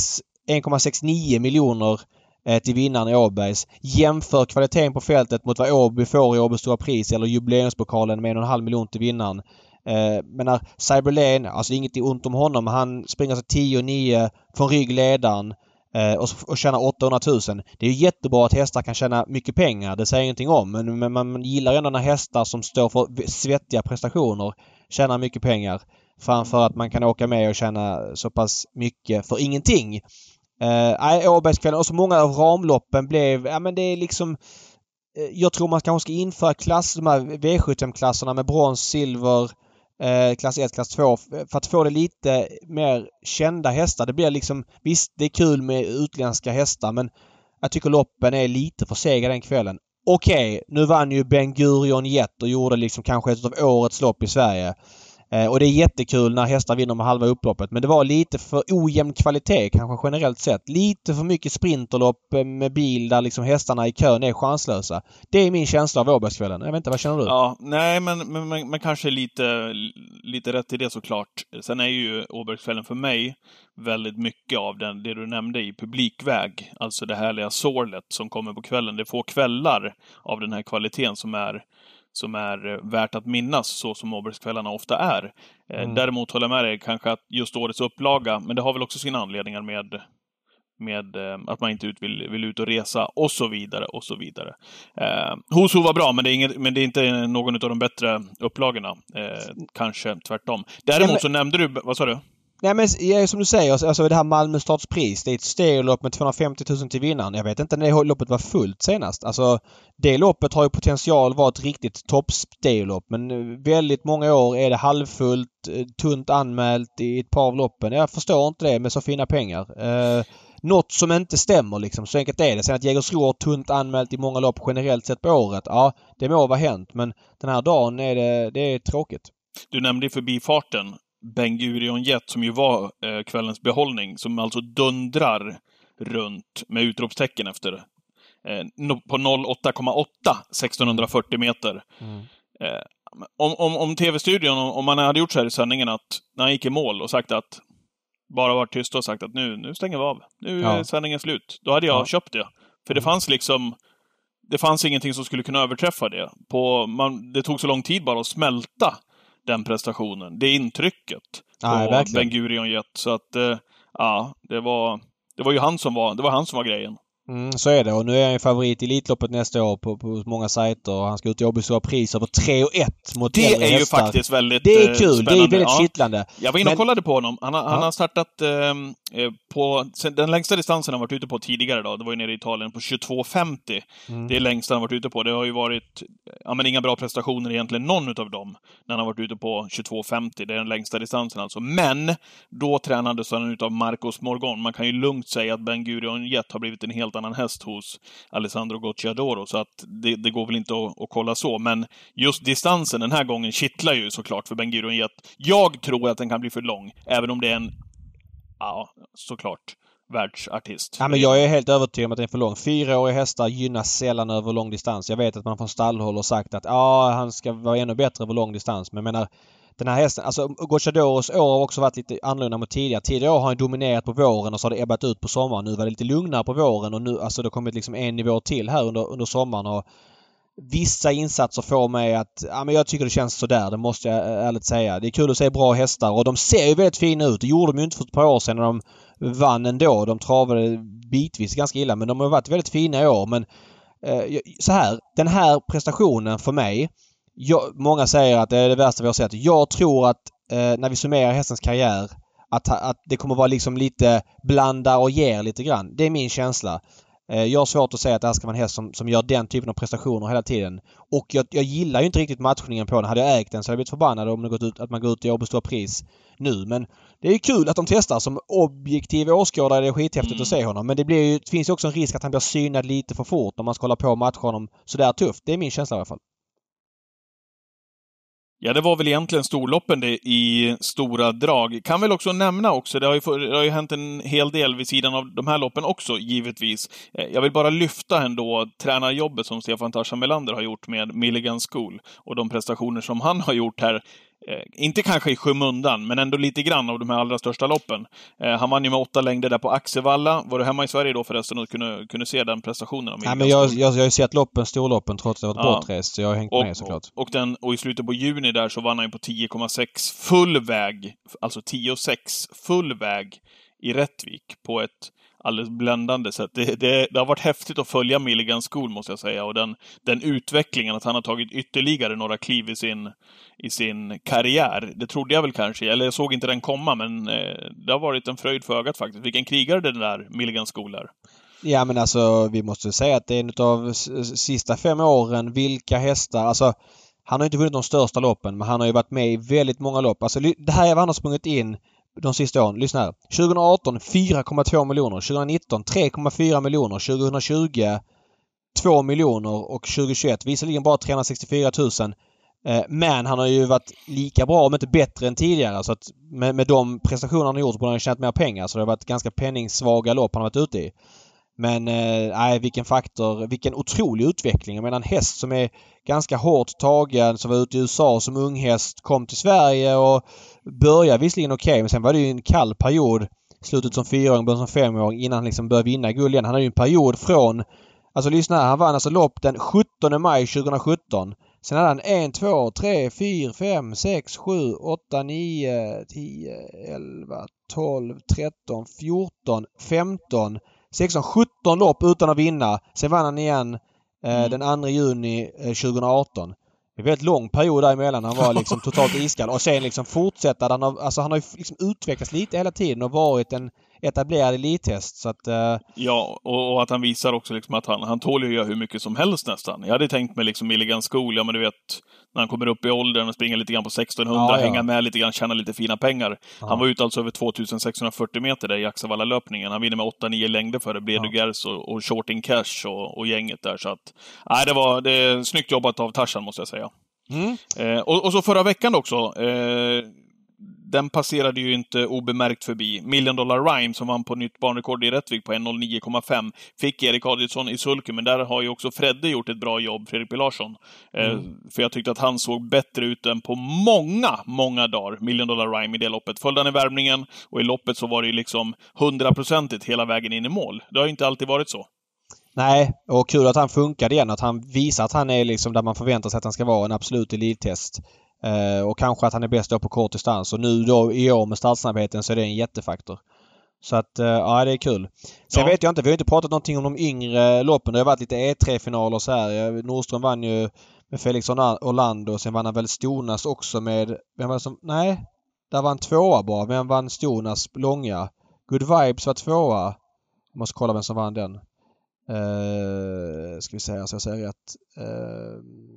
komma sextionio miljoner till vinnaren i Åbergs. Jämför kvaliteten på fältet mot vad Åby får i Åbys stora pris eller jubileumspokalen med en och en halv miljon till vinnaren. Eh, men när Cyberlane, alltså inget ont om honom, han springer sig tio nio från ryggledaren eh, och, och tjänar åttahundratusen. Det är ju jättebra att hästar kan tjäna mycket pengar, det säger ingenting om. Men, men man gillar ändå när hästar som står för svettiga prestationer tjänar mycket pengar framför att man kan åka med och tjäna så pass mycket för ingenting. Nej, uh, Åbergskvällen och så många av ramloppen blev, ja men det är liksom uh, jag tror man kanske ska införa klass, de här V sjuttiofem-klasserna med brons, silver, uh, klass ett, klass två för att få det lite mer kända hästar. Det blir liksom, visst det är kul med utländska hästar men jag tycker loppen är lite för sega den kvällen. Okej, okay, nu vann ju Ben Gurion Jet och gjorde liksom kanske ett av årets lopp i Sverige. Och det är jättekul när hästar vinner med halva upploppet. Men det var lite för ojämn kvalitet kanske generellt sett. Lite för mycket sprinterlopp med bil där liksom hästarna i kön är chanslösa. Det är min känsla av Åbergskvällen. Jag vet inte, vad känner du? Ja, nej men, men, men, men kanske lite, lite rätt i det såklart. Sen är ju Åbergskvällen för mig väldigt mycket av den, det du nämnde i publikväg. Alltså det härliga sorlet som kommer på kvällen. Det får kvällar av den här kvaliteten som är som är värt att minnas så som Åbergskvällarna ofta är. Mm. Däremot håller jag med dig kanske att just årets upplaga, men det har väl också sina anledningar med, med att man inte ut vill, vill ut och resa och så vidare och så vidare. Eh, Hoso var bra, men det, är inget, men det är inte någon av de bättre upplagorna. Eh, kanske tvärtom. Däremot ja, men... så nämnde du, vad sa du? Nej men som du säger, alltså det här Malmö startspris, det är ett stereolopp med tvåhundrafemtiotusen till vinnaren. Jag vet inte när det loppet var fullt senast. Alltså det loppet har ju potential att vara ett riktigt toppstereolopp. Men väldigt många år är det halvfullt, tunt anmält i ett par av loppen. Jag förstår inte det med så fina pengar. Eh, något som inte stämmer liksom, så enkelt är det. Sen att Jägersro har tunt anmält i många lopp generellt sett på året, ja det må vara hänt. Men den här dagen är det, det är tråkigt. Du nämnde i förbifarten Ben Gurion Jet som ju var eh, kvällens behållning, som alltså dundrar runt med utropstecken efter eh, no, på noll åtta komma åtta sextonhundrafyrtio meter. Mm. Eh, om, om, om tv-studion, om man hade gjort så här i sändningen att när han gick i mål och sagt att bara varit tyst och sagt att nu, nu stänger vi av. Nu är ja. sändningen slut. Då hade jag ja. köpt det. För det fanns liksom det fanns ingenting som skulle kunna överträffa det. På, man, det tog så lång tid bara att smälta den prestationen. Det intrycket ja, på Ben Gurion Jet. Så att eh, ja, det var det var ju han som var det var han som var grejen. Mm, så är det. Och nu är han ju favorit i Elitloppet nästa år på, på många sajter. Och han ska ut i Åby stora pris över tre och ett mot det äldre är ju hästar. faktiskt väldigt Det är kul. Spännande. Det är väldigt ja. kittlande. Jag var inne och Men... kollade på honom. Han har, ja. han har startat eh, på den längsta distansen han varit ute på tidigare då. Det var ju nere i Italien på tjugotvå femtio. Mm. Det är längsta han varit ute på. Det har ju varit ja, men inga bra prestationer egentligen någon utav dem när han har varit ute på tjugotvå femtio. Det är den längsta distansen alltså. Men då tränades han utav Marcos Morgon. Man kan ju lugnt säga att Ben Gurion Jet har blivit en helt annan häst hos Alessandro Gocciadoro, så att det, det går väl inte att, att kolla så, men just distansen den här gången kittlar ju såklart för Ben Gurion Jet. Jag tror att den kan bli för lång, även om det är en ja, såklart världsartist. Ja, men jag är helt övertygad om att det är för lång. Fyraåriga hästar gynnas sällan över lång distans. Jag vet att man från stallhåll har sagt att ja, han ska vara ännu bättre över lång distans. Men jag menar, den här hästen, alltså Gocciadoros år har också varit lite annorlunda mot tidigare. Tidigare år har han dominerat på våren och så har det ebbat ut på sommaren. Nu var det lite lugnare på våren och nu, alltså det har kommit liksom en nivå till här under, under sommaren. Och vissa insatser får mig att, ja men jag tycker det känns sådär, det måste jag ärligt säga. Det är kul att se bra hästar och de ser ju väldigt fina ut. Det gjorde de ju inte för ett par år sedan när de vann ändå. De travade bitvis ganska illa men de har varit väldigt fina i år. Men eh, så här, den här prestationen för mig, jag, många säger att det är det värsta vi har sett. Jag tror att eh, när vi summerar hästens karriär att, att det kommer vara liksom lite blanda och ger lite grann. Det är min känsla. Jag har svårt att säga att det här ska vara en häst som, som gör den typen av prestationer hela tiden. Och jag, jag gillar ju inte riktigt matchningen på den. Hade jag ägt den så hade jag blivit förbannad om det gått ut, att man går ut i Åby pris nu. Men det är ju kul att de testar som objektiv åskådare. Det är skithäftigt Mm. att se honom. Men det, blir ju, det finns ju också en risk att han blir synad lite för fort om man ska hålla på och matcha honom sådär tufft. Det är min känsla i alla fall. Ja, det var väl egentligen storloppen det i stora drag. Kan väl också nämna också, det har ju, för, det har ju hänt en hel del vid sidan av de här loppen också, givetvis. Jag vill bara lyfta ändå tränarjobbet som Stefan Tarzan Melander har gjort med Milligan School och de prestationer som han har gjort här. Eh, inte kanske i skymundan, men ändå lite grann av de här allra största loppen. Eh, han vann ju med åtta längder där på Axevalla. Var du hemma i Sverige då förresten och kunde, kunde se den prestationen? Ja, men jag, jag, jag har ju sett loppen, storloppen, trots att det var ett Ja. bortrest. Så jag har hängt och, med såklart. Och, och, den, och i slutet på juni där så vann han ju på tio komma sex full väg. Alltså tio komma sex full väg i Rättvik på ett alldeles bländande sätt. Det, det, det har varit häftigt att följa Milligan School, måste jag säga. Och den, den utvecklingen, att han har tagit ytterligare några kliv i sin, i sin karriär. Det trodde jag väl kanske. Eller jag såg inte den komma, men eh, det har varit en fröjd för ögat faktiskt. Vilken krigare den där Milligan School är. Ja, men alltså vi måste säga att det är en av sista fem åren, vilka hästar, alltså han har inte vunnit de största loppen, men han har ju varit med i väldigt många lopp. Alltså det här är vad han har sprungit in de sista åren. Lyssna här. tjugo arton fyra komma två miljoner, tjugo nitton tre komma fyra miljoner, tjugo tjugo två miljoner och tjugo tjugoett visserligen bara trehundrasextiofyra tusen. Eh, men han har ju varit lika bra, om inte bättre än tidigare. Så att med, med de prestationer han har gjort borde han ha tjänat mer pengar. Så det har varit ganska penningsvaga lopp han har varit ute i. Men nej, eh, vilken faktor, vilken otrolig utveckling. Jag menar en häst som är ganska hårt tagen, som var ute i U S A som ung häst, kom till Sverige och började visserligen okej. Okay, men sen var det ju en kall period, slutet som fyraåring, början som femåring, innan han liksom började vinna guld igen. Han hade ju en period från, alltså lyssna här, han vann alltså lopp den sjuttonde maj tjugosjutton. Sen hade han ett, två, tre, fyra, fem, sex, sju, åtta, nio, tio, elva, tolv, tretton, fjorton, femton, sexton, sjutton lopp utan att vinna. Sen vann han igen eh, mm. den andra juni eh, tjugoarton. Det är en väldigt lång period däremellan. Han var liksom totalt iskall. Och sen liksom fortsätta. Han har, alltså han har ju liksom utvecklats lite hela tiden och varit en etablerad elithäst. Så att, uh... Ja, och, och att han visar också liksom att han, han tål ju att göra hur mycket som helst nästan. Jag hade tänkt mig liksom Milligan School, ja men du vet, när han kommer upp i åldern och springer lite grann på sextonhundra, ja, ja. hänga med lite grann, tjäna lite fina pengar. Ja. Han var ute alltså över tvåtusensexhundrafyrtio meter där i Axevalla-löpningen. Han vinner med åtta nio längder före Bledu ja. Gers och, och Shorting Cash och, och gänget där. Så att, nej, det var det är snyggt jobbat av Tarzan, måste jag säga. Mm. Eh, och, och så förra veckan också, eh, den passerade ju inte obemärkt förbi. Million Dollar Rhyme som vann på nytt banrekord i Rättvik på en noll nio komma fem. Fick Erik Adielsson i sulken, men där har ju också Fredde gjort ett bra jobb, Fredrik P. Larsson. Mm. Eh, för jag tyckte att han såg bättre ut än på många, många dagar. Million Dollar Rhyme i det loppet. Följde han i värmningen och i loppet så var det ju liksom hundraprocentigt hela vägen in i mål. Det har ju inte alltid varit så. Nej, och kul att han funkade igen. Att han visar att han är liksom där man förväntar sig att han ska vara, en absolut elittest. Eh, och kanske att han är bäst då på kort distans. Och nu då i år med startsnabbheten så är det en jättefaktor. Så att, eh, ja det är kul. Sen ja. vet jag inte, vi har inte pratat någonting om de yngre loppen. Det har varit lite E tre-finaler så här. Nordström vann ju med Felix Orlando och sen vann han väl Stonas också med, vem var det som, nej, där var en tvåa bara. Vem vann Stonas långa? Good Vibes var tvåa. Jag måste kolla vem som vann den. Uh, ska vi säga så jag säger rätt. Uh,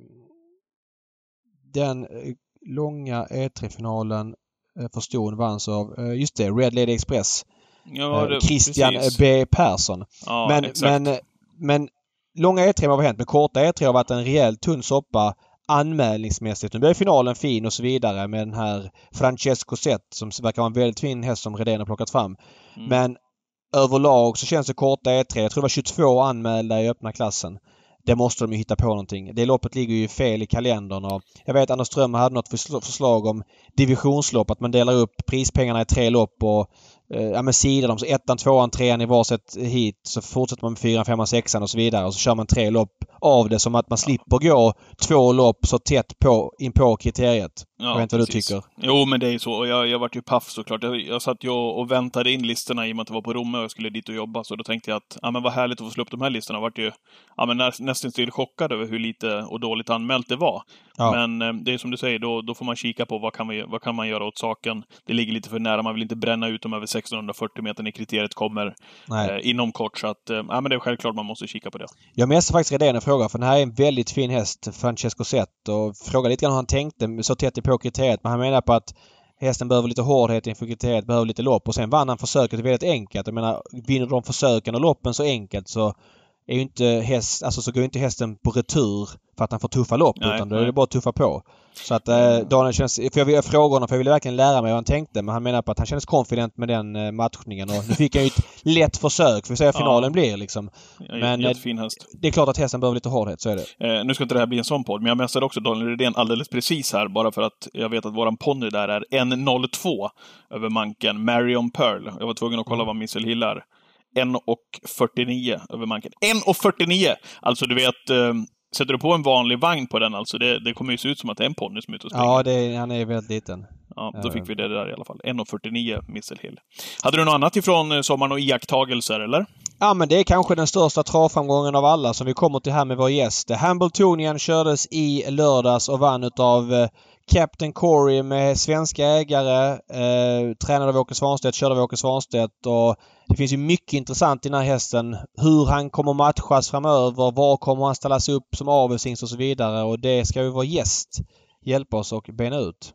den långa E tre-finalen uh, för Ston vanns av, uh, just det, Red Lady Express. Ja, det, uh, Christian precis. B. Persson. Ja, men, men, men långa E tre har hänt, men korta E tre har varit en rejäl tunn soppa anmälningsmässigt. Nu blir finalen fin och så vidare med den här Francesco Zet som verkar vara en väldigt fin häst som Redén har plockat fram. Mm. Men överlag så känns det korta E tre. Jag tror det var tjugotvå anmälda i öppna klassen. Det måste de ju hitta på någonting. Det loppet ligger ju fel i kalendern. Och jag vet att Anders Ström hade något förslag om divisionslopp. Att man delar upp prispengarna i tre lopp och eh, ja, men sidor dem. Så ettan, tvåan, trean i varsitt hit. Så fortsätter man med fyran, femman, sexan och så vidare. Och så kör man tre lopp av det som att man slipper gå två lopp så tätt på, in på kriteriet. Ja, jag vet inte vad precis. du tycker. Jo, men det är ju så. Och jag, jag vart ju paff såklart. Jag, jag satt ju och väntade in listorna i och med att det var på Romme och jag skulle dit och jobba. Så då tänkte jag att ja, men vad härligt att få slå upp de här listorna. Jag vart ju ja, men nä, nästan till chockad över hur lite och dåligt anmält det var. Ja. Men eh, det är som du säger, då, då får man kika på vad kan, vi, vad kan man göra åt saken. Det ligger lite för nära. Man vill inte bränna ut dem över sextonhundrafyrtio meter när kriteriet kommer eh, inom kort. Så att, eh, ja, men det är självklart man måste kika på det. Jag missade faktiskt redan en fråga. För den här är en väldigt fin häst, Francesco Zet. Och fråga lite grann hur han tänkte så tätt på kriteriet. Men han menar på att hästen behöver lite hårdhet inför kriteriet, behöver lite lopp. Och sen vann han försöket väldigt enkelt. Jag menar, vinner de försöken och loppen så enkelt så är ju inte häst, alltså så går ju inte hästen på retur för att han får tuffa lopp. Nej, utan då är det bara att tuffa på. Så att eh, Daniel känns, för jag vill fråga honom för jag ville verkligen lära mig vad han tänkte. Men han menar på att han kändes confident med den eh, matchningen. Och nu fick han ju ett lätt försök för att säga finalen ja. blir liksom. Men jättefin häst. Det är klart att hästen behöver lite hårdhet, så är det. Eh, nu ska inte det här bli en sån podd, men jag mässade också Daniel Redén alldeles precis här. Bara för att jag vet att våran ponny där är en noll två över manken. Marion Pearl. Jag var tvungen att kolla vad Missel Hillar. en fyrtionio över manken. en fyrtionio! Alltså du vet, eh, sätter du på en vanlig vagn på den alltså, det, det kommer ju se ut som att det är en ponny som är ute och springer. Ja, det är, han är väldigt liten. Ja, då fick vi det där i alla fall. en fyrtionio Missel Hill. Hade du något annat ifrån sommaren och iakttagelser, eller? Ja, men det är kanske den största travframgången av alla som vi kommer till här med vår gäst. Hambletonian kördes i lördags och vann utav eh, Captain Corey med svenska ägare. Eh, tränade av Åke Svanstedt, körde av Åke Svanstedt. Och det finns ju mycket intressant i den här hästen. Hur han kommer matchas framöver, var kommer han ställas upp som avelsings och så vidare. Och det ska ju vara gäst hjälpa oss och bena ut.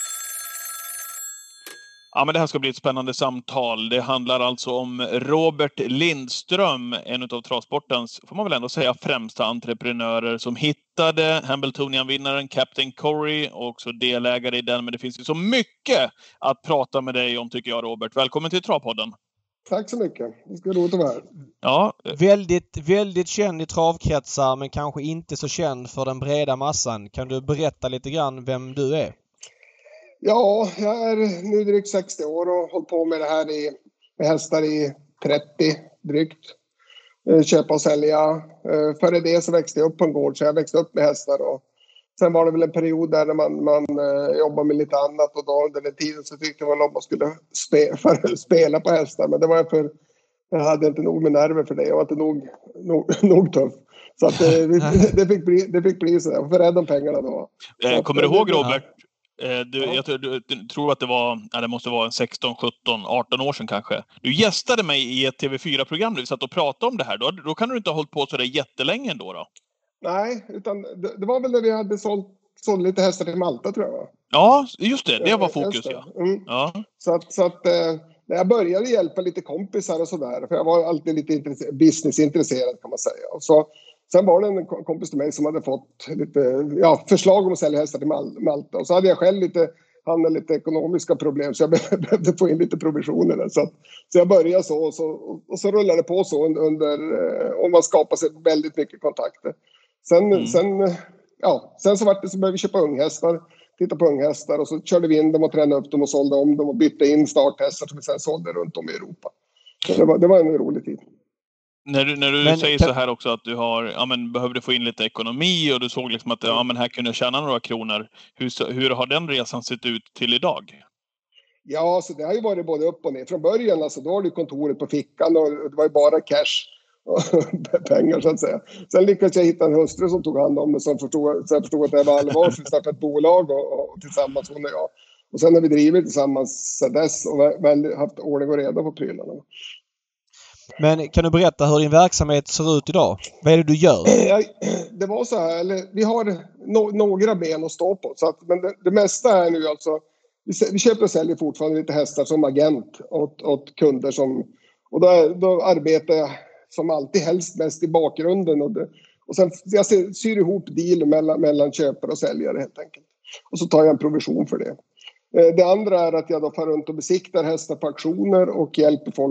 Ja, men det här ska bli ett spännande samtal. Det handlar alltså om Robert Lindström, en av travsportens, får man väl ändå säga, främsta entreprenörer som hittade Hambletonian-vinnaren Captain Corey och också delägare i den. Men det finns ju så mycket att prata med dig om, tycker jag, Robert. Välkommen till Travpodden. Tack så mycket. Det ska roligt att vara här. Ja. Väldigt, väldigt känd i travkretsar, men kanske inte så känd för den breda massan. Kan du berätta lite grann vem du är? Ja, jag är nu drygt sextio år och hållit på med det här i, med hästar i trettio drygt. Köpa och sälja. Före det så växte jag upp på en gård, så jag växte upp med hästar. Och sen var det väl en period där man, man jobbade med lite annat. Och då under den tiden så tyckte jag att man skulle spe, för, spela på hästar. Men det var för jag hade inte nog med nerver för det. Jag var inte nog, nog, nog tuff. Så att det, det, fick bli, det fick bli så. Jag var för rädd om pengarna då. Eh, kommer du ihåg, Robert? Du, jag tror, du, du tror att det var, ja, det måste vara en sexton, sjutton, arton år sedan kanske. Du gästade mig i ett T V fyra-program där vi satt och pratade om det här. Då, då kan du inte ha hållit på så där jättelänge ändå då? Nej, utan det, det var väl när vi hade sålt, sålt lite hästar till Malta, tror jag. Va? Ja, just det. Det var fokus, ja. Mm. ja. Så att, så att eh, när jag började hjälpa lite kompisar och sådär, för jag var alltid lite businessintresserad kan man säga. Och så sen var det en kompis till mig som hade fått lite ja, förslag om att sälja hästar till Mal- Malta. Och så hade jag själv lite, han hade lite ekonomiska problem så jag behövde få in lite provisioner där. Så, att, så jag började så och, så och så rullade det på så under, och man skapade sig väldigt mycket kontakter. Sen, mm. sen, ja, sen så var det så började vi köpa unghästar, titta på unghästar och så körde vi in dem och tränade upp dem och sålde om dem och bytte in starthästar som vi sen sålde runt om i Europa. Så det var, det var en rolig tid. När du, när du men, säger kan... så här också att du har, ja, men, behövde få in lite ekonomi och du såg liksom att ja, men här kunde jag tjäna några kronor. Hur, hur har den resan sett ut till idag? Ja, så det har ju varit både upp och ner. Från början alltså, då var det kontoret på fickan och det var ju bara cash och pengar så att säga. Sen lyckades jag hitta en hustru som tog hand om det som förstod, så jag förstod att det var allvar. Så vi startade ett bolag och, och tillsammans hon och jag. Och sen har vi drivit tillsammans sedan dess och väl haft ordning och reda på prylarna. Men kan du berätta hur din verksamhet ser ut idag? Vad är det du gör? Det var så här, eller, vi har no- några ben att stå på. Så att, men det, det mesta är nu alltså, vi, vi köper och säljer fortfarande lite hästar som agent åt, åt kunder. Som, och då, då arbetar jag som alltid helst mest i bakgrunden. Och, det, och sen jag syr, syr ihop deal mellan, mellan köpare och säljare helt enkelt. Och så tar jag en provision för det. Det andra är att jag då far runt och besiktar hästar på auktioner och hjälper folk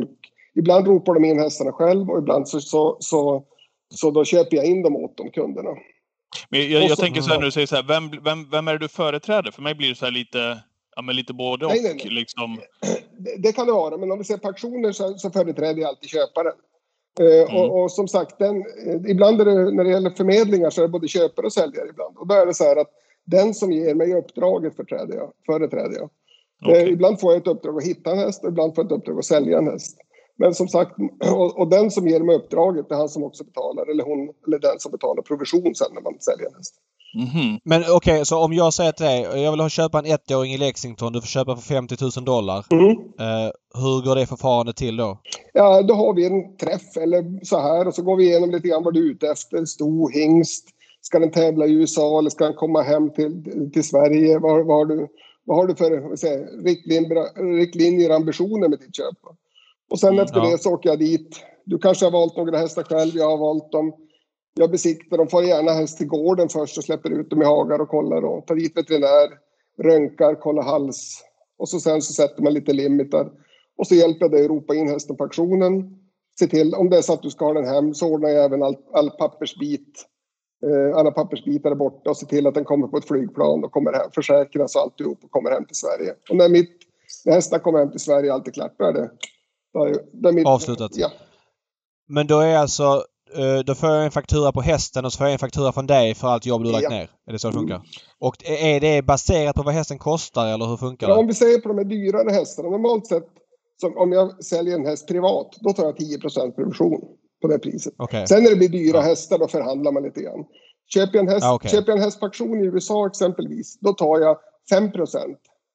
ibland ropar de in hästarna själv och ibland så, så, så, så då köper jag in dem åt de kunderna. Men jag, jag så, tänker så här när du säger så här, vem, vem, vem är det du företräder? För mig blir det så här lite, ja men lite både och. Nej, nej, nej. Liksom. Det, det kan det vara, men om vi ser på auktioner så, så företräder jag alltid köparen. Uh, mm. och, och som sagt, den, ibland är det, när det gäller förmedlingar så är det både köpare och säljare ibland. Och då är det så här att den som ger mig uppdraget företräder jag. Företräder jag. Okay. Uh, ibland får jag ett uppdrag att hitta en häst och ibland får jag ett uppdrag att sälja en häst. Men som sagt, och, och den som ger mig uppdraget är han som också betalar, eller hon, eller den som betalar provision sen när man säljer en häst. Mm-hmm. Men okej, okay, så om jag säger till dig, jag vill ha köpa en ettåring i Lexington, du får köpa för femtio tusen dollar. Mm. Uh, hur går det förfarande till då? Ja, då har vi en träff eller så här och så går vi igenom lite grann vad du är ute efter. Sto, hingst, ska den tävla i U S A eller ska den komma hem till, till Sverige? Vad, vad, har du, vad har du för säga, riktlinjer, riktlinjer och ambitioner med ditt köp? Och sen mm, efter ja. det så åker jag dit. Du kanske har valt några hästar själv, jag har valt dem. Jag besiktar dem, får gärna häst till gården först och släpper ut dem i hagar och kollar och tar dit veterinär, rönkar, kollar hals. Och så sen så sätter man lite limitar. Och så hjälper jag dig att ropa in hästen på auktionen. Se till, om det är så att du ska ha den hem så ordnar jag även all, all pappersbit. Eh, alla pappersbitar är borta och se till att den kommer på ett flygplan och kommer hem. Försäkras och alltihop och kommer hem till Sverige. Och när, mitt, när hästen kommer hem till Sverige allt är klart, då är det, då är, då är mitt, avslutat. Ja. Men då är alltså... Då får jag en faktura på hästen och så får jag en faktura från dig för allt jobb du lagt ja. ner. Är det så det funkar? Mm. Och är det baserat på vad hästen kostar eller hur funkar ja, det? Om vi säger på de här dyrare hästarna. Normalt sett, som om jag säljer en häst privat, då tar jag tio procent provision på det priset. Okay. Sen när det blir dyra ja. hästar, då förhandlar man lite grann. Köper jag en häst, ah, okay. köper jag en häst på auktion i U S A exempelvis, då tar jag fem procent.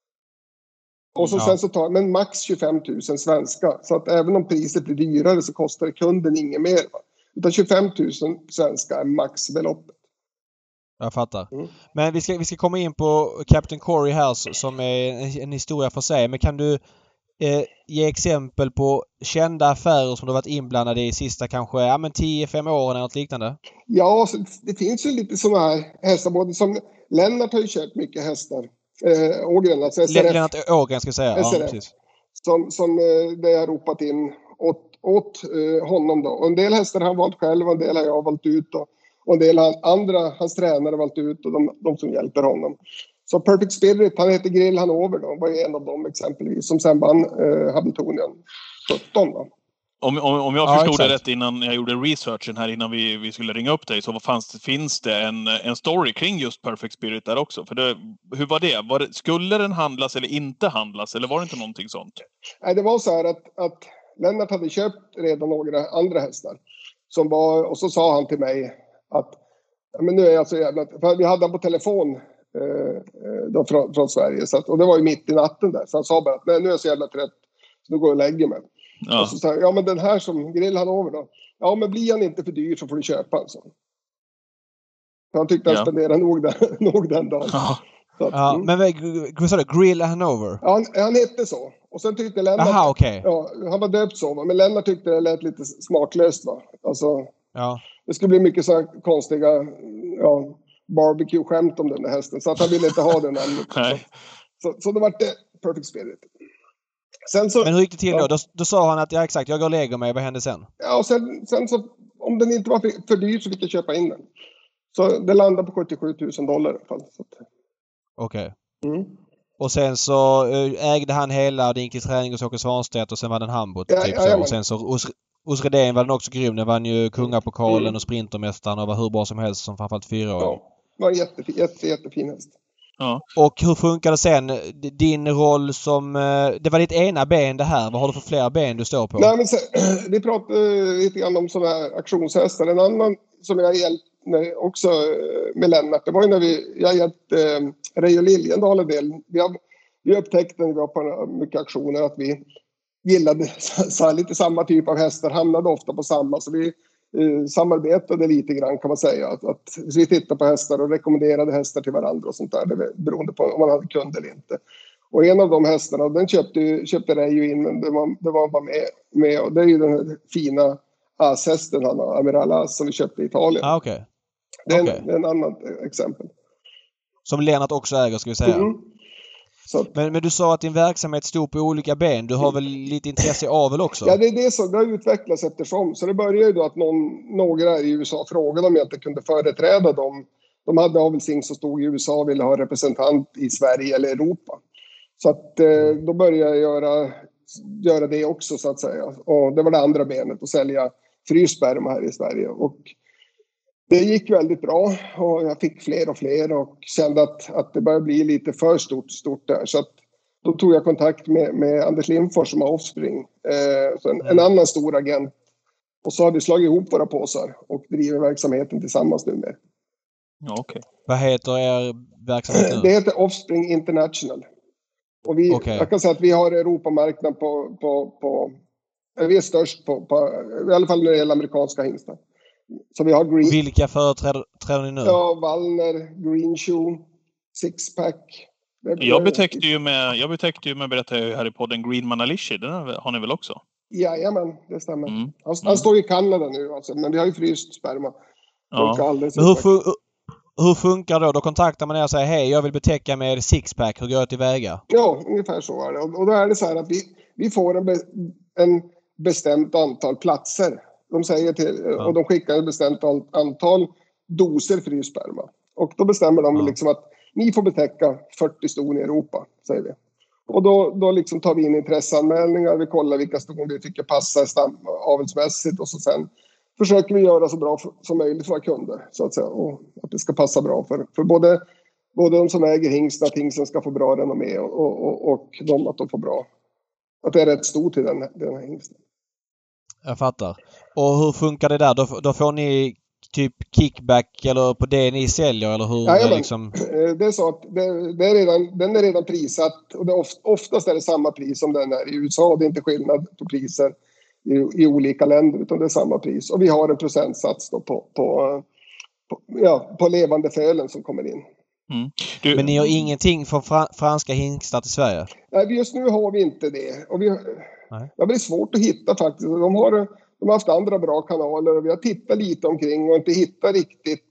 Och så ja. sen så tar men max tjugofem tusen svenska. Så att även om priset blir dyrare så kostar kunden inget mer. Va? Utan tjugofem tusen svenska är maxbeloppet. Jag fattar. Mm. Men vi ska, vi ska komma in på Captain Corey här som är en, en historia för sig. Men kan du eh, ge exempel på kända affärer som du varit inblandade i sista kanske ja, men tio fem åren eller något liknande? Ja, så det finns ju lite sådana här hästar. Både som Lennart har ju köpt mycket hästar. Eh, Ågren, alltså S R F. Lennart Ågren ska jag säga. S R F. Ja, precis. Som, som eh, det har ropat in åt, åt eh, honom då. Och en del hästar har han valt själv och en del har jag valt ut. Och, och en del han, andra, hans tränare valt ut och de, de som hjälper honom. Så Perfect Spirit, han heter Grill Hanover då. Var ju en av dem exempelvis som sen vann eh, Hamiltonian sjutton då. Om, om, om jag förstod ja, det rätt innan jag gjorde researchen här innan vi, vi skulle ringa upp dig så fanns, finns det en, en story kring just Perfect Spirit där också. För det, hur var det? Var det? Skulle den handlas eller inte handlas? Eller var det inte någonting sånt? Nej, det var så här att, att Lennart hade köpt redan några andra hästar. Som var, och så sa han till mig att ja, men nu är jag så jävla... För vi hade han på telefon eh, då från, från Sverige. Så att, och det var ju mitt i natten där. Så han sa bara att nej, nu är jag så jävla trött. Så nu går jag och lägger mig. Ja. Och så sa jag, ja men den här som Grill Hanover då. Ja men blir han inte för dyr så får du köpa en sån. För han tyckte han ja. spenderade nog den, nog den dagen. Ja. Att, ja, mm. Men vad sa du? Grill Hanover? Ja, han, han hette så. Och sen tyckte Lennart... Aha, okay. Ja, han var döpt så. Va? Men Lennart tyckte det lät lite smaklöst va. Alltså... Ja. Det skulle bli mycket så här konstiga ja, barbecue-skämt om den där hästen. Så att han ville inte ha den namnet. så, så, så det var det Perfect Spirit. Sen så, men hur gick det till ja. då? då? Då sa han att ja exakt, jag går och lägger mig. Vad hände sen? Ja, och sen, sen så om den inte var för, för dyr så fick jag köpa in den. Så det landade på sjuttiosju tusen dollar i alla fall. Okej. Okay. Mm. Och sen så ägde han hela Dinkel Träning och Åke Svanstedt och sen var den Hamburg ja, typ ja, så. ja, och sen så hos, hos Redén var den också grym. Den vann ju kungapokalen mm. och sprintermästaren och var hur bra som helst som framförallt fyra år. Ja, det var en jättefin, jätte, jättefin häst. Ja. Och hur funkar det sen? Din roll som... Det var ditt ena ben det här. Vad har du för flera ben du står på? Nej, men så, vi pratade lite grann om sådana här aktionshästar. En annan som jag hjälpt också med Lennart, det var ju när vi... Jag hjälpte eh, Rej och Liljendal en del. Vi, har, vi upptäckte när vi var på mycket aktioner att vi gillade så, lite samma typ av hästar. Hamnade ofta på samma. Så vi eh, samarbetade lite grann kan man säga. Att, att vi tittade på hästar och rekommenderade hästar till varandra och sånt där. Det beroende på om man hade kund eller inte. Och en av de hästarna, den köpte, köpte Rej ju in, men det var, det var bara med, med. Och det är ju den här fina As-hästen han har, Amiral As, som vi köpte i Italien. Ah, okay. Det är okay. en, en annan exempel. Som Lennart också äger, ska vi säga. Mm. Så att, Men, men du sa att din verksamhet stod på olika ben. Du har väl lite intresse av väl också? ja, det är det som det har utvecklats eftersom. Så det började ju då att någon, några i U S A frågade om jag inte kunde företräda dem. De hade avelshing som stod i U S A och ville ha representant i Sverige eller Europa. Så att eh, då började jag göra, göra det också så att säga. Och det var det andra benet, att sälja frysperma här i Sverige. Och det gick väldigt bra och jag fick fler och fler och kände att, att det började bli lite för stort, stort där. Så att då tog jag kontakt med, med Anders Lindfors som har Offspring, eh, så en, en annan stor agent. Och så har vi slagit ihop våra påsar och driver verksamheten tillsammans nu med. Ja, okay. Vad heter er verksamhet nu? Det heter Offspring International. Och vi, okay. Jag kan säga att vi har Europamarknad på, på, på vi är störst på, på, i alla fall när det gäller amerikanska hingstar. Så vi har green, vilka företräder ni nu? Ja, Wallner, Green Shoe, Sixpack. Jag betäckte ju med, jag betäckte ju med, berättade jag här i podden, Green Manalishi. Den har ni väl också? Jajamän, det stämmer. Mm. Han, han står i Kanada nu alltså, men vi har ju fryst sperma. Ja. Men hur, fu- hur funkar det då? Då kontaktar man er och säger hej, jag vill betäcka med Sixpack. Hur går jag tillväga? Ja, ungefär så är det. Och, och då är det så här att vi, vi får en, be, en bestämt antal platser. De säger till, ja. Och de skickar ett bestämt antal doser frysperma. Och då bestämmer de ja. liksom att ni får betäcka fyrtio ston i Europa, säger vi. Och då, då liksom tar vi in intresseanmälningar, vi kollar vilka ston vi tycker passar stam, avelsmässigt och så sen försöker vi göra så bra för, som möjligt för våra kunder, så att säga. Och att det ska passa bra för, för både, både de som äger hingsten, att hingsten ska få bra renommé och, och, och, och de att de får bra, att det är rätt stort till den, den här hingsten. Jag fattar. Och hur funkar det där? Då, då får ni typ kickback eller på det ni säljer eller hur? Ja, det, liksom... det är så att det, det är redan, den är redan prissatt och det är oft, oftast är det samma pris som den är i U S A. Det är inte skillnad på priser i, i olika länder utan det är samma pris. Och vi har en procentsats då på, på, på, ja, på levande fölen som kommer in. Mm. Du... Men ni har ingenting för fra, franska hingstar till Sverige? Nej, just nu har vi inte det. Och vi, Nej. Det blir svårt att hitta faktiskt. De har, de har haft andra bra kanaler och vi har tittat lite omkring och inte hittat riktigt.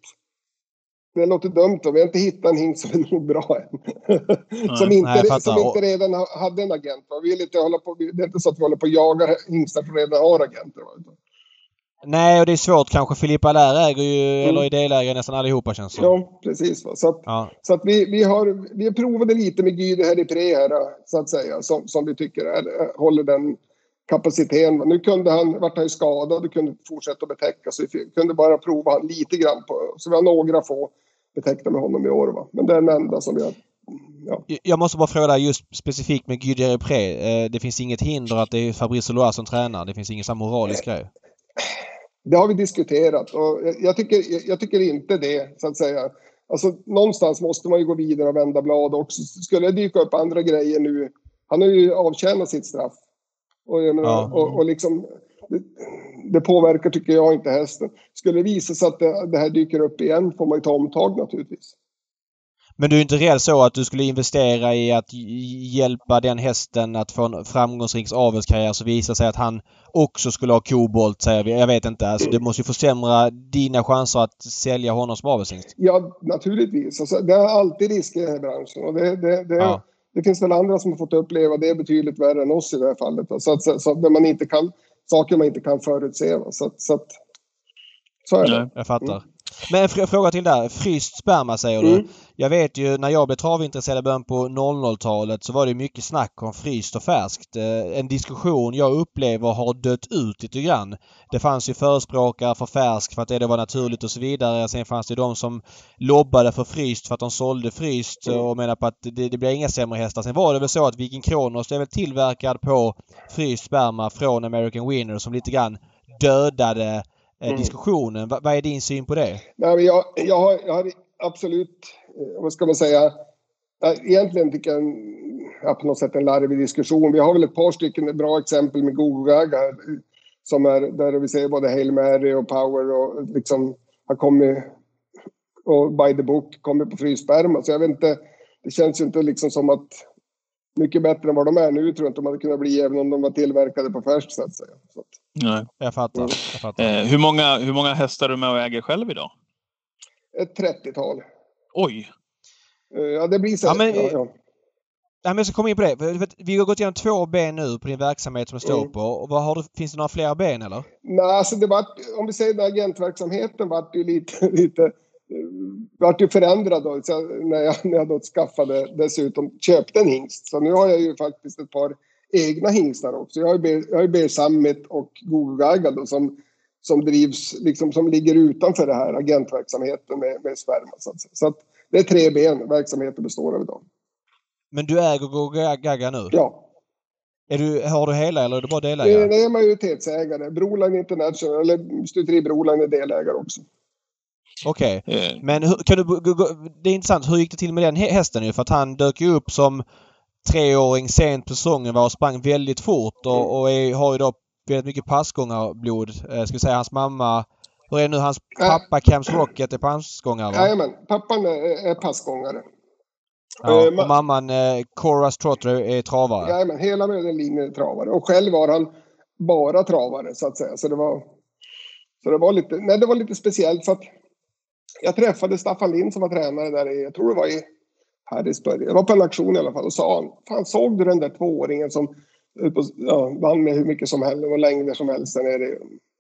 Det låter dumt och vi har inte hittat en hingst som är nog bra än. som inte, Nej, som inte redan hade en agent. Vi vill inte hålla på, det är inte så att vi håller på att jaga hingstar som redan har agenter. Nej, och det är svårt kanske. Filippa Allaire äger ju, mm. eller är delägare nästan allihopa känns det. Ja, precis. Va? Så att, ja. så att vi, vi har vi provade lite med Gyde här i pre här, så att säga, som, som vi tycker är, håller den kapaciteten. Nu kunde han, vart han skadad och kunde fortsätta betäcka, så vi kunde bara prova han lite grann på, så vi har några få betäckta med honom i år, va? Men det är den enda som vi har. Ja. Jag måste bara fråga dig just specifikt med Gyde i pre. Det finns inget hinder att det är Fabrice Loire som tränar. Det finns ingen sån moralisk grej. Det har vi diskuterat och jag tycker, jag tycker inte det, så att säga. Alltså någonstans måste man ju gå vidare och vända blad också. Skulle det dyka upp andra grejer nu, han har ju avtjänat sitt straff. Och, ja. och, och liksom, det, det påverkar tycker jag inte hästen. Skulle det visa sig att det, det här dyker upp igen får man ju ta omtag naturligtvis. Men du är inte rädd så att du skulle investera i att hjälpa den hästen att få en framgångsrik avelskarriär så visar sig att han också skulle ha kobolt, säger vi. Jag vet inte. Alltså, det måste ju försämra dina chanser att sälja honom som avelshingst. Ja, naturligtvis. Alltså, det är alltid risker i den här branschen. Och det, det, det, ja. det finns väl andra som har fått uppleva det betydligt värre än oss i det här fallet. Så att, så, så, man inte kan, saker man inte kan förutse. Så, så, att, så är det. Nej, jag fattar. Mm. Men en fråga till där. Fryst sperma säger du. Mm. Jag vet ju när jag blev travintresserad i början på noll noll-talet så var det mycket snack om fryst och färskt. En diskussion jag upplever har dött ut lite grann. Det fanns ju förespråkare för färsk för att det var naturligt och så vidare. Sen fanns det de som lobbade för fryst för att de sålde fryst och menade på att det, det blir inga sämre hästar. Sen var det väl så att Viking Kronos är väl tillverkad på fryst sperma från American Winner som lite grann dödade Mm. diskussionen. V- vad är din syn på det? Nej, jag, jag, har, jag har absolut, vad ska man säga, egentligen tycker jag en, på något sätt en larvig diskussion. Vi har väl ett par stycken bra exempel med Gogaga som är där vi ser både Hail Mary och Power och liksom har kommit och by the book kommit på frysperma. Så jag vet inte, det känns ju inte liksom som att mycket bättre än vad de är nu tror jag inte de hade kunnat bli även om de var tillverkade på färsk så att säga. Så att, nej. Jag fattar. Mm. Jag fattar. Eh, hur, många, hur många hästar är du med och äger själv idag? Ett trettiotal. Oj! Eh, ja, det blir så. Ja, men, ja, ja. men jag ska komma in på det. Vi har gått igenom två ben nu på din verksamhet som du står Mm. på. Och vad har du, finns det några fler ben eller? Nej, alltså det var, om vi säger att agentverksamheten var ju lite, lite vart ju förändrad då, så när jag, när jag då skaffade, dessutom köpte en hingst. Så nu har jag ju faktiskt ett par egna hingstar också. Jag har ju Bear, jag har ju Bear Summit och Google Gaga då, som, som drivs, liksom som ligger utanför det här agentverksamheten med, med sperma. Så att, så att det är tre ben verksamheten består av idag. Men du äger Google Gaga nu? Ja. Är du, har du hela eller är du bara delägare? Det är majoritetsägare. Broline International, eller Stuteri Broline är delägare också. Okej. Okay. Mm. Men hur, kan du, det är intressant. Hur gick det till med den hästen nu? För att han dök ju upp som treåring sent på säsongen var och sprang väldigt fort och, och är, har ju då väldigt mycket passgångarblod. Eh, ska vi säga hans mamma... Hur är det nu? Hans pappa Camps Rocket är passgångare, va? Jajamän. Pappan är, är passgångare. Ja, uh, och mamman eh, Coras Trotter är travare. Jajamän, hela den linjen är travare. Och själv var han bara travare, så att säga. Så det var, så det var, lite, nej, det var lite speciellt för att jag träffade Staffan Lind som var tränare där i, jag tror det var i Harrisburg. Jag var på en aktion i alla fall och sa han, fan såg du den där tvååringen som ja, vann med hur mycket som helst och längder som helst där nere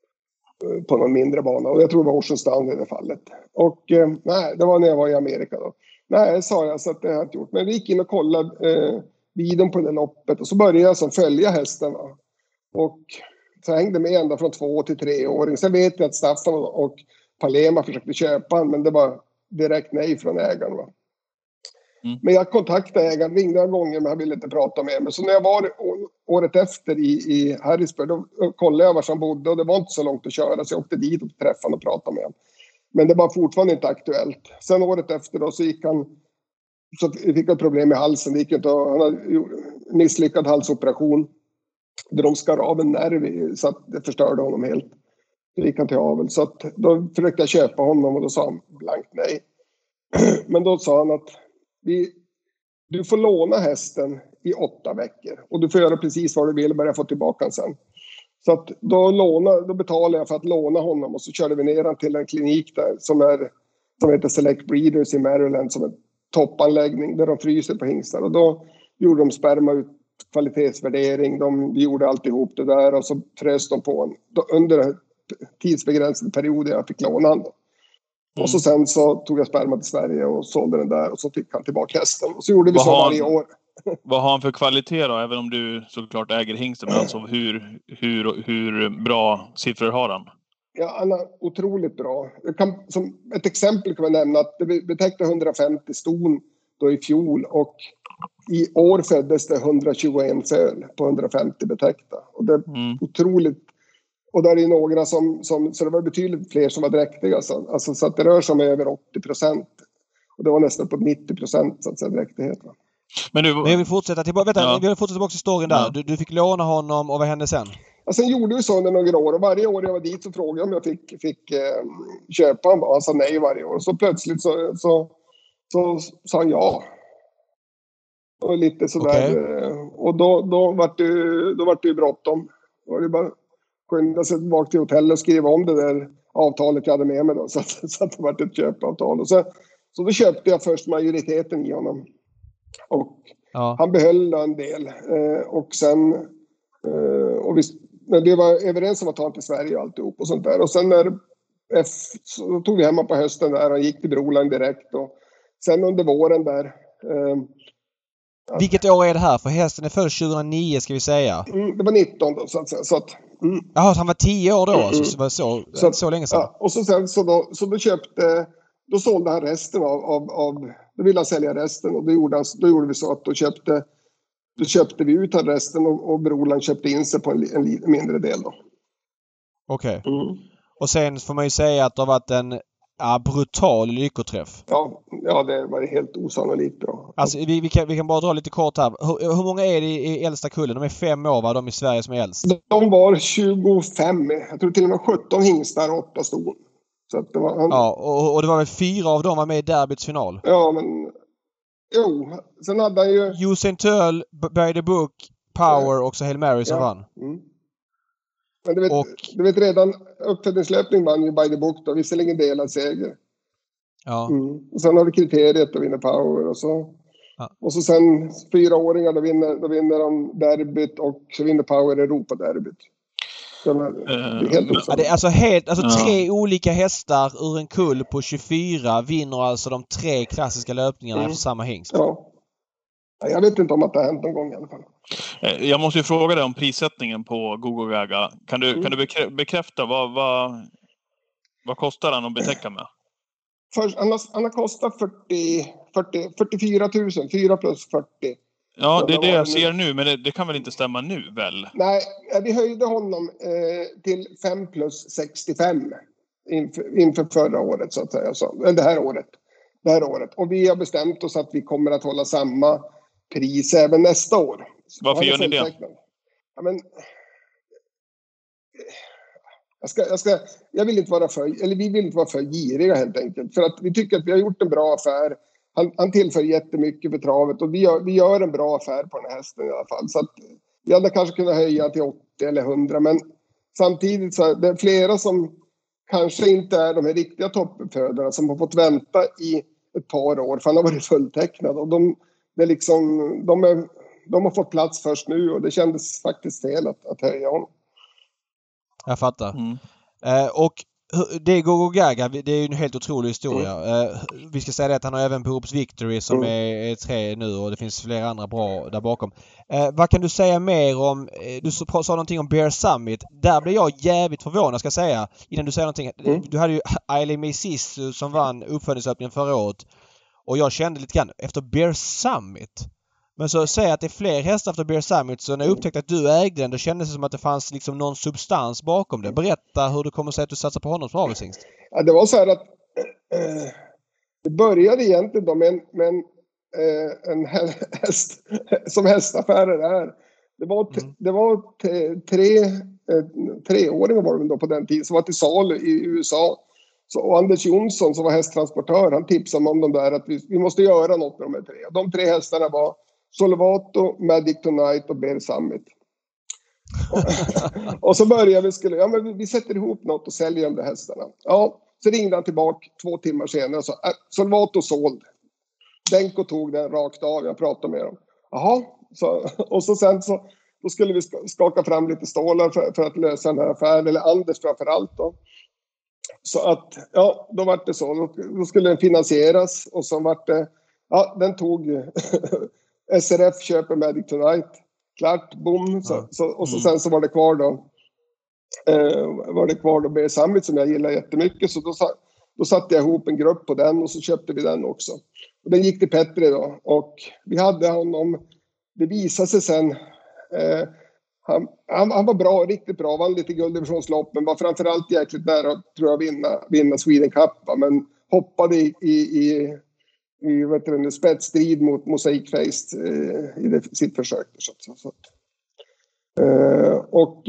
på någon mindre bana. Och jag tror det var Oceansdown i det fallet. Och eh, nej, det var när jag var i Amerika då. Nej, sa jag, så att det har jag inte gjort. Men vi gick in och kollade eh, videon på det loppet och så började jag som följa hästen. Va? Och så jag hängde med ända från två till tre år. Sen vet jag att Staffan och Palema försökte köpa han, men det var direkt nej från ägaren. Va? Mm. Men jag kontaktade ägaren, ringde några gånger men han ville inte prata med mig. Så när jag var året efter i, i Harrisburg, då kollade jag var han bodde och det var inte så långt att köra. Så jag åkte dit och träffade honom och pratade med honom. Men det var fortfarande inte aktuellt. Sen året efter då så gick han, så fick han problem med halsen. Det gick inte, han hade misslyckad halsoperation. Där de skar av en nerv så att det förstörde honom helt. Då gick han till avel. Så att då försökte jag köpa honom och då sa han blankt nej. Men då sa han att vi, du får låna hästen i åtta veckor. Och du får göra precis vad du vill och börja få tillbaka den sen. Så att då, låna, då betalade jag för att låna honom och så körde vi ner han till en klinik där som, är, som heter Select Breeders i Maryland som en toppanläggning där de fryser på hingstar. Och då gjorde de sperma ut kvalitetsvärdering, de gjorde alltihop det där och så frös de på en då, under en tidsbegränsad period jag fick låna han. Mm. Och så sen så tog jag sperma till Sverige och sålde den där och så fick han tillbaka hästen. Och så gjorde vi vad så varje år. Vad har han för kvalitet då? Även om du såklart äger hingsten, men alltså hur, hur, hur bra siffror har han? Ja, han är otroligt bra. Jag kan, som ett exempel kan jag nämna att det betäckte hundrafemtio ston då i fjol och i år föddes det hundratjugoen föl på hundrafemtio betäckta. Och det är mm. otroligt. Och där är det några som, som, så det var betydligt fler som var dräktiga. Alltså, alltså så att det rör sig om över åttio procent. Och det var nästan på nittio procent så att säga dräktighet. Men, du... Men jag vill fortsätta tillbaka, vänta, ja. jag vill fortsätta tillbaka till storyn där. Ja. Du, du fick låna honom och vad hände sen? Ja, sen gjorde vi så under några år och varje år jag var dit så frågade jag om jag fick, fick eh, köpa honom. Han sa nej varje år. Så plötsligt så, så, så sa han ja. Och lite sådär. Okay. Och då, då var det, då var det ju bråttom. Då var det bara skynda sig tillbaka till hotellet och skriva om det där avtalet jag hade med mig då. Så, så att det var ett köpavtal. Och så, så då köpte jag först majoriteten i honom. Och ja. Han behöll en del. Eh, och sen... Eh, och vi, vi var överens om att ta honom till Sverige och alltihop och sånt där. Och sen när... F, så tog vi hemma på hösten där. Han gick till Broline direkt. Och sen under våren där... Eh, Vilket år är det här? För hästen är född tjugohundranio ska vi säga. Mm, det var nitton då så att säga. Så att, mm. Jaha, han var tio år då mm. alltså, så var så, så, så länge sedan. Ja, och så sen så då, så då köpte, då sålde han resten av, av, av då ville han sälja resten och då gjorde, han, då gjorde vi så att då köpte, då köpte vi ut han resten och, och Broline köpte in sig på en, en, en mindre del då. Okej. Okay. Mm. Och sen får man ju säga att det har varit en ja, brutal lyckoträff. Ja, ja, det var helt osannolikt bra. Alltså, vi, vi, kan, vi kan bara dra lite kort här. Hur, hur många är det i, i äldsta kullen? De är fem år, va? De i Sverige som är äldst. De var tjugofem. Jag tror till och med sjutton hingstar och åtta ston. Så att det var, han... Ja, och, och det var väl fyra av dem var med i derbyts final. Ja, men... Jo, sen hade han ju... Usain Tull, By the Book, Power och så Hail Mary som ja. vann. Mm. Men du vet, och, du vet redan uppföljningslöpning vann ju By the Book då. Visserligen delad seger. Ja. Mm. Och sen har vi kriteriet att vinna Power och så. Ja. Och så sen fyraåringar, då vinner, då vinner de derbyt och så vinner Power Europa-derbyt. Det är helt uh, ja, det är alltså helt, alltså ja. tre olika hästar ur en kull på tjugofyra vinner alltså de tre klassiska löpningarna mm. efter samma hingst. Ja. Jag vet inte om att det har hänt någon gång i alla fall. Jag måste ju fråga dig om prissättningen på Google Gaga. Kan du, mm. kan du bekräfta vad, vad, vad kostar han att betäcka med? Först, han, har, han har kostat fyrtio, fyrtio, fyrtiofyra tusen, fyra plus fyrtio. Ja, det är det jag ser nu, men det, det kan väl inte stämma nu, väl? Nej, vi höjde honom eh, till fem plus sextiofem inför, inför förra året, så att säga. Så, det här året. Det här året. Och vi har bestämt oss att vi kommer att hålla samma pris även nästa år. Varför gör ni det? Ja, men, jag, ska, jag, ska, jag vill inte vara för, eller vi vill inte vara för giriga helt enkelt. För att vi tycker att vi har gjort en bra affär. Han, han tillför jättemycket för travet och vi gör, vi gör en bra affär på den här hästen i alla fall. Så att vi hade kanske kunnat höja till åttio eller hundra, men samtidigt så är det flera som kanske inte är de här riktiga toppuppfödarna som har fått vänta i ett par år för han har varit fulltecknad och de, det är liksom, de, är, de har fått plats först nu och det kändes faktiskt fel att, att höja honom. Jag fattar. Mm. Eh, och det är Gogo Gaga, det är ju en helt otrolig historia. Mm. Uh, vi ska säga det att han har även på Hoops Victory som mm. är, är tre nu och det finns flera andra bra där bakom. Uh, vad kan du säga mer om, uh, du sa, sa någonting om Bear Summit. Där blev jag jävligt förvånad ska jag säga. Innan du säger någonting. Mm. Du hade ju Ailey Mesisu som vann uppföljningsöppningen förra året. Och jag kände lite grann efter Bear Summit. Men så säger jag att det är fler hästar efter Bear Summit, så när jag upptäckte att du ägde den, då kändes det som att det fanns liksom någon substans bakom det. Berätta hur det kommer sig att du satsar på honom som avelshingst. Ja, det var så här att äh, det började egentligen då med en, med en, äh, en häst, som hästaffärer är. Det var, t- mm. det var t- tre, äh, treåringar var det då på den tiden som var till salu i U S A. Så, och Anders Jonsson som var hästtransportör, han tipsade om de där att vi, vi måste göra något med de här tre. De tre hästarna var Solvato, Magic Tonight och Bear Summit. och, och så började vi skulle, ja men vi, vi sätter ihop något och säljer de där hästarna. Ja, så ringde han tillbaka två timmar senare och sa äh, Solvato såld. Denko tog den rakt av, jag pratade med dem. Jaha, så, och så sen så då skulle vi skaka fram lite stålar för, för att lösa den här affären, eller Anders framförallt då. Så att, ja, då var det så. Då skulle den finansieras och så var det, ja, den tog S R F köper Magic Tonight. Klart, boom. Så, ja. så, och så, sen så var det kvar då, eh, var det kvar då Bear Summit som jag gillar jättemycket. Så då, då satte jag ihop en grupp på den och så köpte vi den också. Och den gick till Petri då. Och vi hade honom, det visade sig sen, eh, Han, han, han var bra, riktigt bra. Vann lite gulddivisionslopp, men var framförallt jäkligt nära, tror jag, vinna, vinna Sweden Cup. Men hoppade i, i, i, i vet du, spetsstrid mot Mosaic Face eh, i det, sitt försök. Så, så. Eh, och...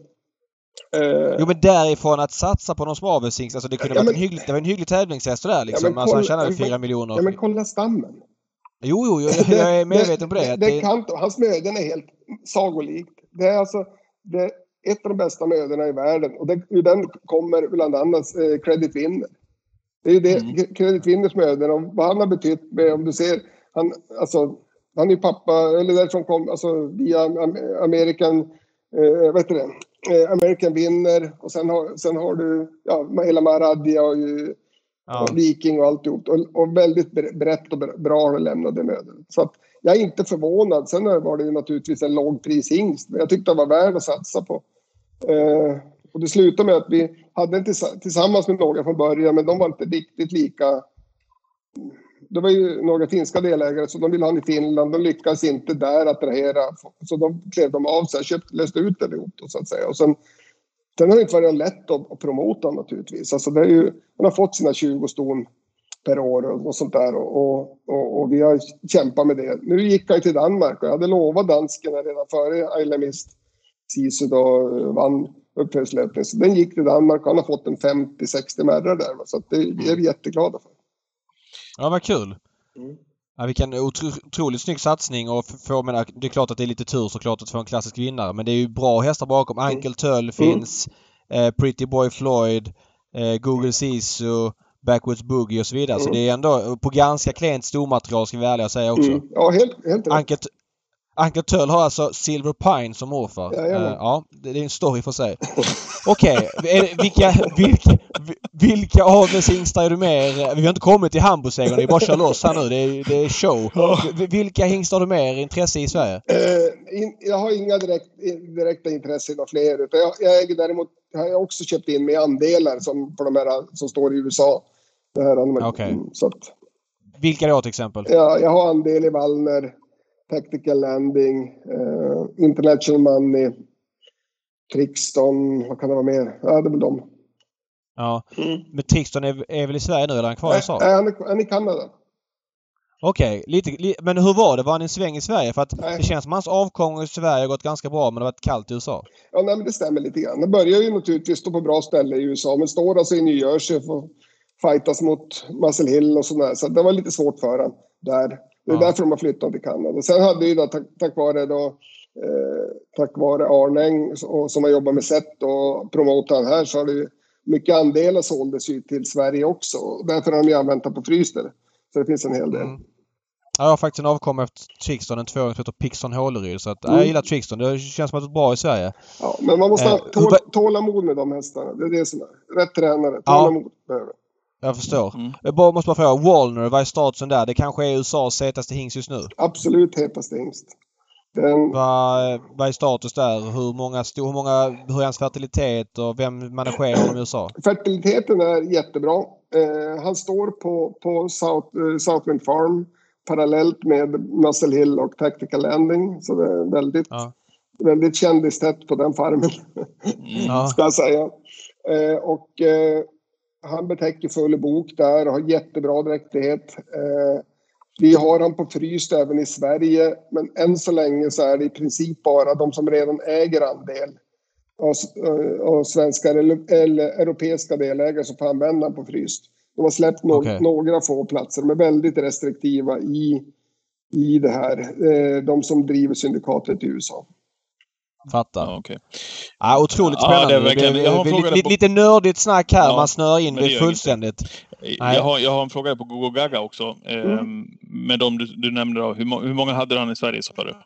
Eh, jo, men därifrån att satsa på någon som avelshingst, alltså det kunde ja, vara en hygglig, det var en hygglig tävlingshäst där liksom. Ja, kolla, alltså han tjänade fyra ja, miljoner. Ja, men kolla stammen. Jo, jo, jag, jag är medveten på det. det, det, det kan, hans möden är helt sagolikt. Det är alltså det är ett av de bästa mödena i världen. Och det, ur den kommer bland annat eh, Credit Winner. Det är ju det, mm. Credit Winners möden och vad han har betytt med, om du ser, han, alltså, han är pappa, eller därifrån kom, alltså via American, eh, vet du det, eh, American Winner och sen har, sen har du, ja, hela Maradja och ju, ja. Och Viking och alltihop. Och, och väldigt brett och bra lämnade möden. Så att jag är inte förvånad. Sen var det ju naturligtvis en lågprishingst. Men jag tyckte det var värd att satsa på. Eh, och det slutade med att vi hade den tiss- tillsammans med några från början. Men de var inte riktigt lika. Det var ju några finska delägare. Så de ville ha den i Finland. De lyckades inte där attrahera. Så de klev de av sig. Köpte, löste ut det ihop då, så att säga. Och sen Sen har det inte varit lätt att, att promota naturligtvis. Alltså det är ju, man har fått sina tjugo ston per år och, och sånt där. Och, och, och vi har kämpat med det. Nu gick jag till Danmark och jag hade lovat danskarna redan före Ailey Mesisu då vann uppföljningslöpningen. Så den gick till Danmark och han har fått en femtio sextio märrar där. Så att det är vi jätteglada för. Ja, vad kul. Mm. Ja, vilken otro, otroligt snygg satsning och få, menar, det är klart att det är lite tur såklart att få en klassisk vinnare, men det är ju bra hästar bakom. Ankel Töll finns, mm. eh, Pretty Boy Floyd, eh, Google Sisu, Backwoods Boogie och så vidare. Mm. Så det är ändå på ganska klent stormaterial, ska vi ärliga säga också. Mm. Ja, helt, helt rätt. Anket Ankel Töll har alltså Silver Pine som morfar. Ja, uh, ja, det, det är en story för sig. Okej, okay. vilka, vilka, vilka av hingstar är du mer? Vi har inte kommit till Hamburgsegern, det är bara kör loss här nu. Det är, det är show. Vilka hingstar har du mer intresse i Sverige? Uh, in, jag har inga direkt, direkta intressen av fler. Utan jag, jag äger däremot, har jag också köpt in med andelar som, på de här som står i U S A. Det här, okay. så att, vilka då till exempel? Ja, jag har andel i Wallner, Tactical Landing, uh, International Money, Trixton, vad kan det vara mer? Ja, det är väl de. Ja, mm. men Trixton är, är väl i Sverige nu eller är han kvar i U S A? Nej, han är, han är i Kanada. Okej, okay. lite, li, men hur var det? Var han en sväng i Sverige? För att nej. Det känns som hans avgång i Sverige har gått ganska bra, men det har varit kallt i U S A. Ja, nej, men det stämmer lite grann. Det börjar ju naturligtvis stå på bra ställe i U S A, men står alltså i New Jersey för fightas mot Muscle Hill och sådär. Så det var lite svårt för han där. Det är ja. därför de har flyttat till Kanada. Sen hade ju då, tack, tack vare då, eh, tack vare Arnäng som har jobbat med Seth och promotat här, så har det ju mycket andelar såldes ju till Sverige också. Därför har de ju använt på fryster. Så det finns en hel del. Mm. Ja, jag har faktiskt en avkom efter Trixton, en tvååring som heter Pixton Håleryd. Så att, mm. jag gillar Trixton. Det känns som att det är bra i Sverige. Ja, men man måste ha eh, tål, tålamod med de hästarna. Det är det som är. Rätt tränare. Tålamod behöver. Jag förstår. Mm. Jag bara måste bara fråga, Wallner, vad är statusen där? Det kanske är U S A:s hetaste hingst just nu? Absolut hetaste hingst. Den... Vad, vad är status där? Hur många, hur många, hur är hans fertilitet och vem managerar honom i U S A? Fertiliteten är jättebra. Eh, han står på, på South, uh, Southwind Farm parallellt med Muscle Hill och Tactical Landing. Så det är väldigt, ja. väldigt kändistätt på den farmen. Ja. Ska jag säga. Eh, och eh, han betäcker full bok där och har jättebra dräktighet. Eh, vi har han på fryst även i Sverige, men än så länge så är det i princip bara de som redan äger andel av, av svenska eller, eller europeiska delägare som får använda på fryst. De har släppt no- okay. några få platser. De är väldigt restriktiva i, i det här. Eh, de som driver syndikatet i U S A. Fattar. Ja, okay. Ja, otroligt spännande. Ja, det är det är, lite, lite, lite nördigt snack här. Ja, man snör in det fullständigt. Jag har, jag har en fråga på Google Gaga också. Mm. Eh, med de du, du nämnde då. Hur, hur många hade han i Sverige så för?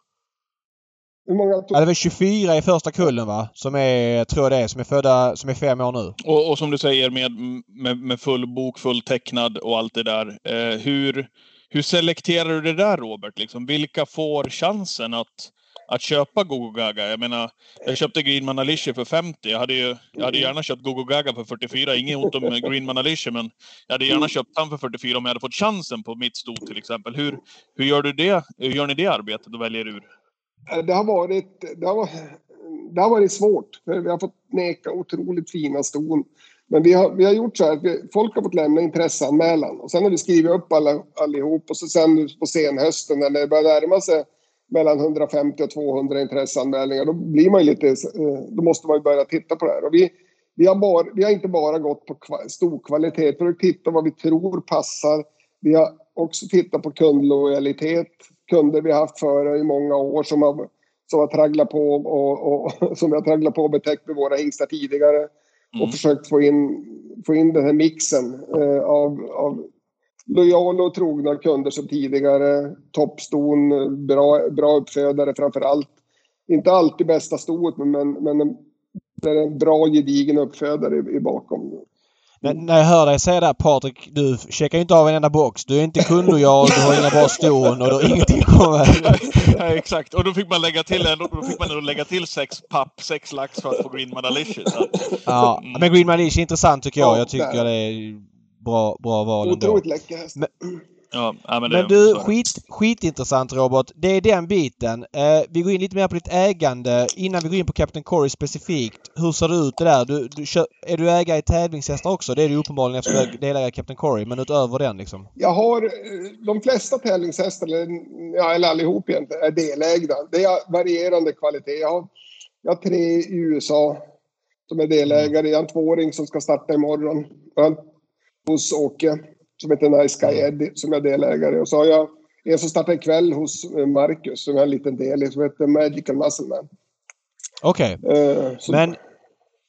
Hur många tog... ja, det var tjugofyra i första kullen, va? Som är, tror jag det är, som är födda, som är fem år nu. Och, och som du säger med, med, med full bok, full tecknad och allt det där. Eh, hur, hur selekterar du det där, Robert? Liksom, vilka får chansen att Att köpa Gogo Gaga? Jag menar, jag köpte Green Manalishi för femtio. Jag hade ju jag hade gärna köpt Gogo Gaga för fyrtiofyra. Inget ont om Green Manalishi, men jag hade gärna köpt han för fyrtiofyra om jag hade fått chansen på mitt sto till exempel. Hur, hur gör du det? Hur gör ni det arbetet och väljer ur? Det har varit, det har varit, det har varit svårt. För vi har fått neka otroligt fina ston. Men vi har, vi har gjort så här att vi, folk har fått lämna intresseanmälan. Och sen har vi skrivit upp alla, allihop. Och så sen på senhösten när det börjar närma sig mellan hundrafemtio och tvåhundra intresseanmälningar, då blir man ju lite, då måste man ju börja titta på det här. Och vi, vi, har, bara, vi har inte bara gått på kva, stor kvalitet för att titta vad vi tror passar. Vi har också tittat på kundlojalitet. Kunder vi har haft före i många år som har, som har tragglat på och, och som vi har tragglat på och betäckt med våra hingstar tidigare. Mm. Och försökt få in, få in den här mixen eh, av, av lojala och trogna kunder som tidigare, toppston, bra, bra uppfödare framför allt. Inte alltid bästa stoet, men, men en, det är en bra gedigen uppfödare i, i bakom. Men när jag hör dig säga där, Patrik, du checkar ju inte av en enda box. Du är inte kundlojal, du har inga bra ston och du har ingenting kommer. Ja, exakt. Och då fick man lägga till då fick man lägga till sex papp, sex lax för att få Green Manalishi. Ja, mm. Men Green Manalishi är intressant tycker jag. Jag tycker det är bra, bra val ändå. Otroligt läcker häst. Men, ja, men, det, men du, skit, skitintressant Robert. Det är den biten. Eh, vi går in lite mer på ditt ägande. Innan vi går in på Captain Corey specifikt. Hur ser det ut det där? Du, du, är du ägare i tävlingshästar också? Det är du uppenbarligen eftersom du är delägare i Captain Corey. Men utöver den liksom. Jag har de flesta tävlingshästar, eller, ja, eller allihop egentligen, är delägda. Det är varierande kvalitet. Jag har, jag har tre i U S A som är delägare. Jag har en tvååring som ska starta imorgon. Jag har hos Åke som heter Nice Guy Eddie som är delägare. Och så har jag en som startar ikväll hos Marcus som är en liten del som heter Magical Muscle Man. Okej. Okay. Uh, men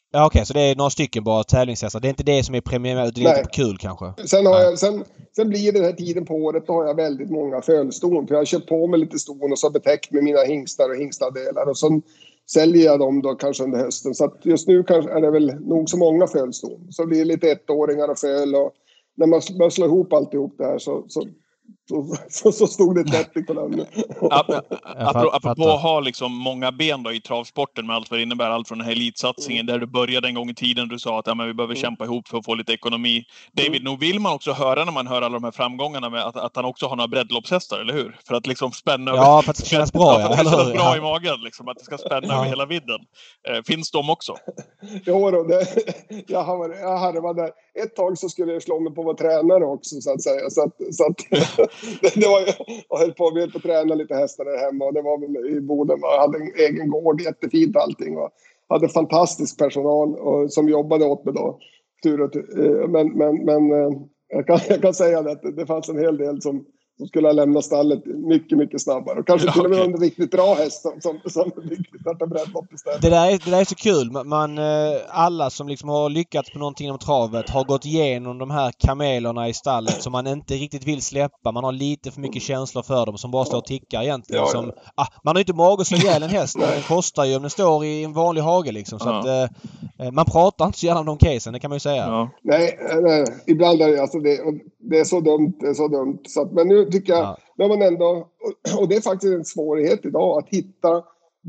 Ja, okej, okay, så det är några stycken bara tävlingshästar. Det är inte det som är premiär, det är lite kul kanske. Sen, har jag, sen, sen blir det den här tiden på året, då har jag väldigt många fölston. För jag har köpt på mig lite ston och så betäckt med mina hingstar och hingstadelar. Och sen säljer jag dem då kanske under hösten. Så att just nu kanske är det väl nog så många fölston. Så blir det lite ettåringar och föl. Och när man börjar slå ihop alltihop det här så... så Så, så, så stod det trettio på den. Apropå, apropå att ha liksom många ben då i travsporten med allt vad det innebär. Allt från den här elitsatsningen där du började en gång i tiden. Du sa att ja, men vi behöver mm. kämpa ihop för att få lite ekonomi. David, mm. nog vill man också höra när man hör alla de här framgångarna med att, att han också har några breddloppshästar, eller hur? För att liksom spänna ja, över... för att det ska kännas bra. Ja, för att det ska kännas bra i magen. Liksom, att det ska spänna ja. över hela vidden. Eh, finns de också? Jo då, det, jag, har, jag harvade där. Ett tag så skulle jag slå mig på att vara tränare också, så att säga. Så att, så att, det, det var, jag höll på, vi höll på att träna lite hästar där hemma. Och det var väl i Boden. Jag hade en egen gård, jättefint allting. Och hade fantastisk personal och, som jobbade åt mig då. Tur och tur. Men, men, men jag, kan, jag kan säga att det, det fanns en hel del som... som skulle ha lämnat stallet mycket, mycket snabbare. Och kanske ja, till och med okay. en riktigt bra häst som, som, som riktigt startar breddlopp istället. Det där är, det där är så kul. Man, alla som liksom har lyckats på någonting inom travet har gått igenom de här kamelerna i stallet som man inte riktigt vill släppa. Man har lite för mycket känslor för dem som bara står och tickar egentligen. Ja, som, ja. Ah, man har inte mag att slå ihjäl en häst. Den kostar ju om den står i en vanlig hage liksom. Så ja. att, eh, man pratar inte så gärna om de casen, det kan man ju säga. Ja. Nej, nej, ibland är det, alltså det, det är så dumt. Det är så dumt. Så att, men nu tycker jag, ja. när man ändå, och det är faktiskt en svårighet idag att hitta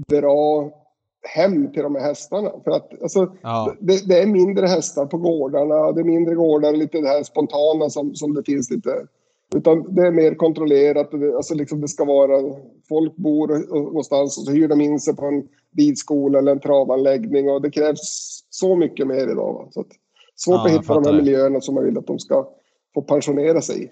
bra hem till de här hästarna. För att alltså, ja. det, det är mindre hästar på gårdarna, det är mindre gårdar, lite det här spontana som, som det finns lite. Utan det är mer kontrollerat. Det, alltså liksom det ska vara, folk bor någonstans och så hyr de in sig på en ridskola eller en travanläggning. Och det krävs så mycket mer idag. Va? Så att, svårt ja, att hitta de här miljöerna som man vill att de ska få pensionera sig i.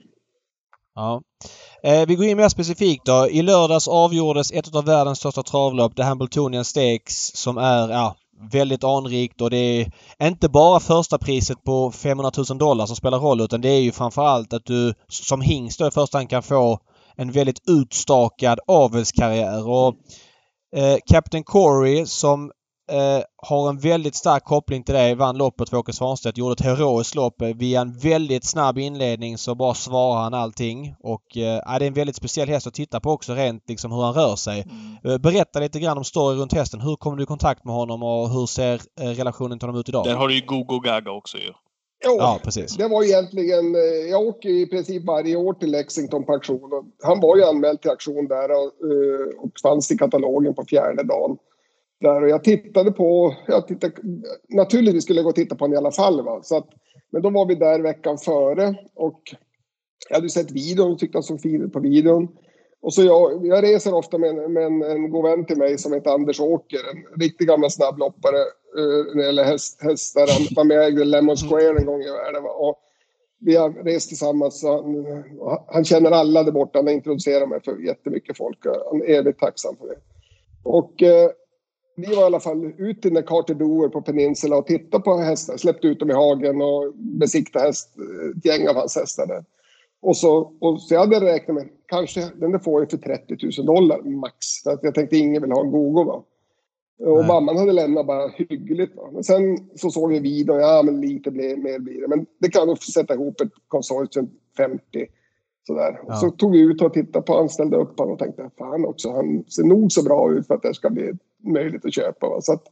Ja. Eh, vi går in mer specifikt då. I lördags avgjordes ett av världens största travlopp, The Hambletonian Stakes, som är ja, väldigt anrikt, och det är inte bara första priset på femhundratusen dollar som spelar roll, utan det är ju framförallt att du som hingst då i första hand kan få en väldigt utstakad avelskarriär. Och eh, Captain Corey som Eh, har en väldigt stark koppling till det, vann loppet för Åke Svanstedt, gjorde ett heroiskt lopp via en väldigt snabb inledning, så bara svarar han allting, och eh, det är en väldigt speciell häst att titta på också, rent liksom hur han rör sig. Mm. Eh, berätta lite grann om story runt hästen. Hur kom du i kontakt med honom och hur ser eh, relationen till honom ut idag? Där har du ju Gogo Gaga också ju. Jo, ja, precis. Det var egentligen, jag åker i princip varje år till Lexington på auktion, och han var ju anmäld till auktion där och, och fanns i katalogen på fjärde dagen. Där, och jag tittade på, jag tittade, naturligtvis skulle jag gå och titta på honom i alla fall. Va? Så att, men då var vi där veckan före och jag hade sett videon och tyckte han såg fin på videon. Och så jag, jag reser ofta med, en, med en, en god vän till mig som heter Anders Åker, en riktig gammal snabbloppare uh, när det gäller häst, hästar. Han var med i Lemon Square en gång i världen. Va? Och vi har rest tillsammans, så han, han känner alla där borta, han har introducerat mig för jättemycket folk. Han är evigt tacksam för det. Och uh, vi var i alla fall ute när Carter Doer på Peninsula och tittade på hästar. Släppte ut dem i hagen och besiktade häst, ett gäng av hans hästar där. Och så, och så jag hade räknat med, kanske den där får jag för trettio tusen dollar max. För att jag tänkte ingen vill ha en Gogo, va. Och Nej. mamman hade lämnat bara hyggligt, va. Men sen så såg vi vid och ja, men lite mer blir det. Men det kan nog sätta ihop ett konsortium femtio. Sådär. Ja. Och så tog vi ut och tittade på han, ställde upp han och tänkte, fan också, han ser nog så bra ut för att det ska bli möjligt att köpa. Va? Så att,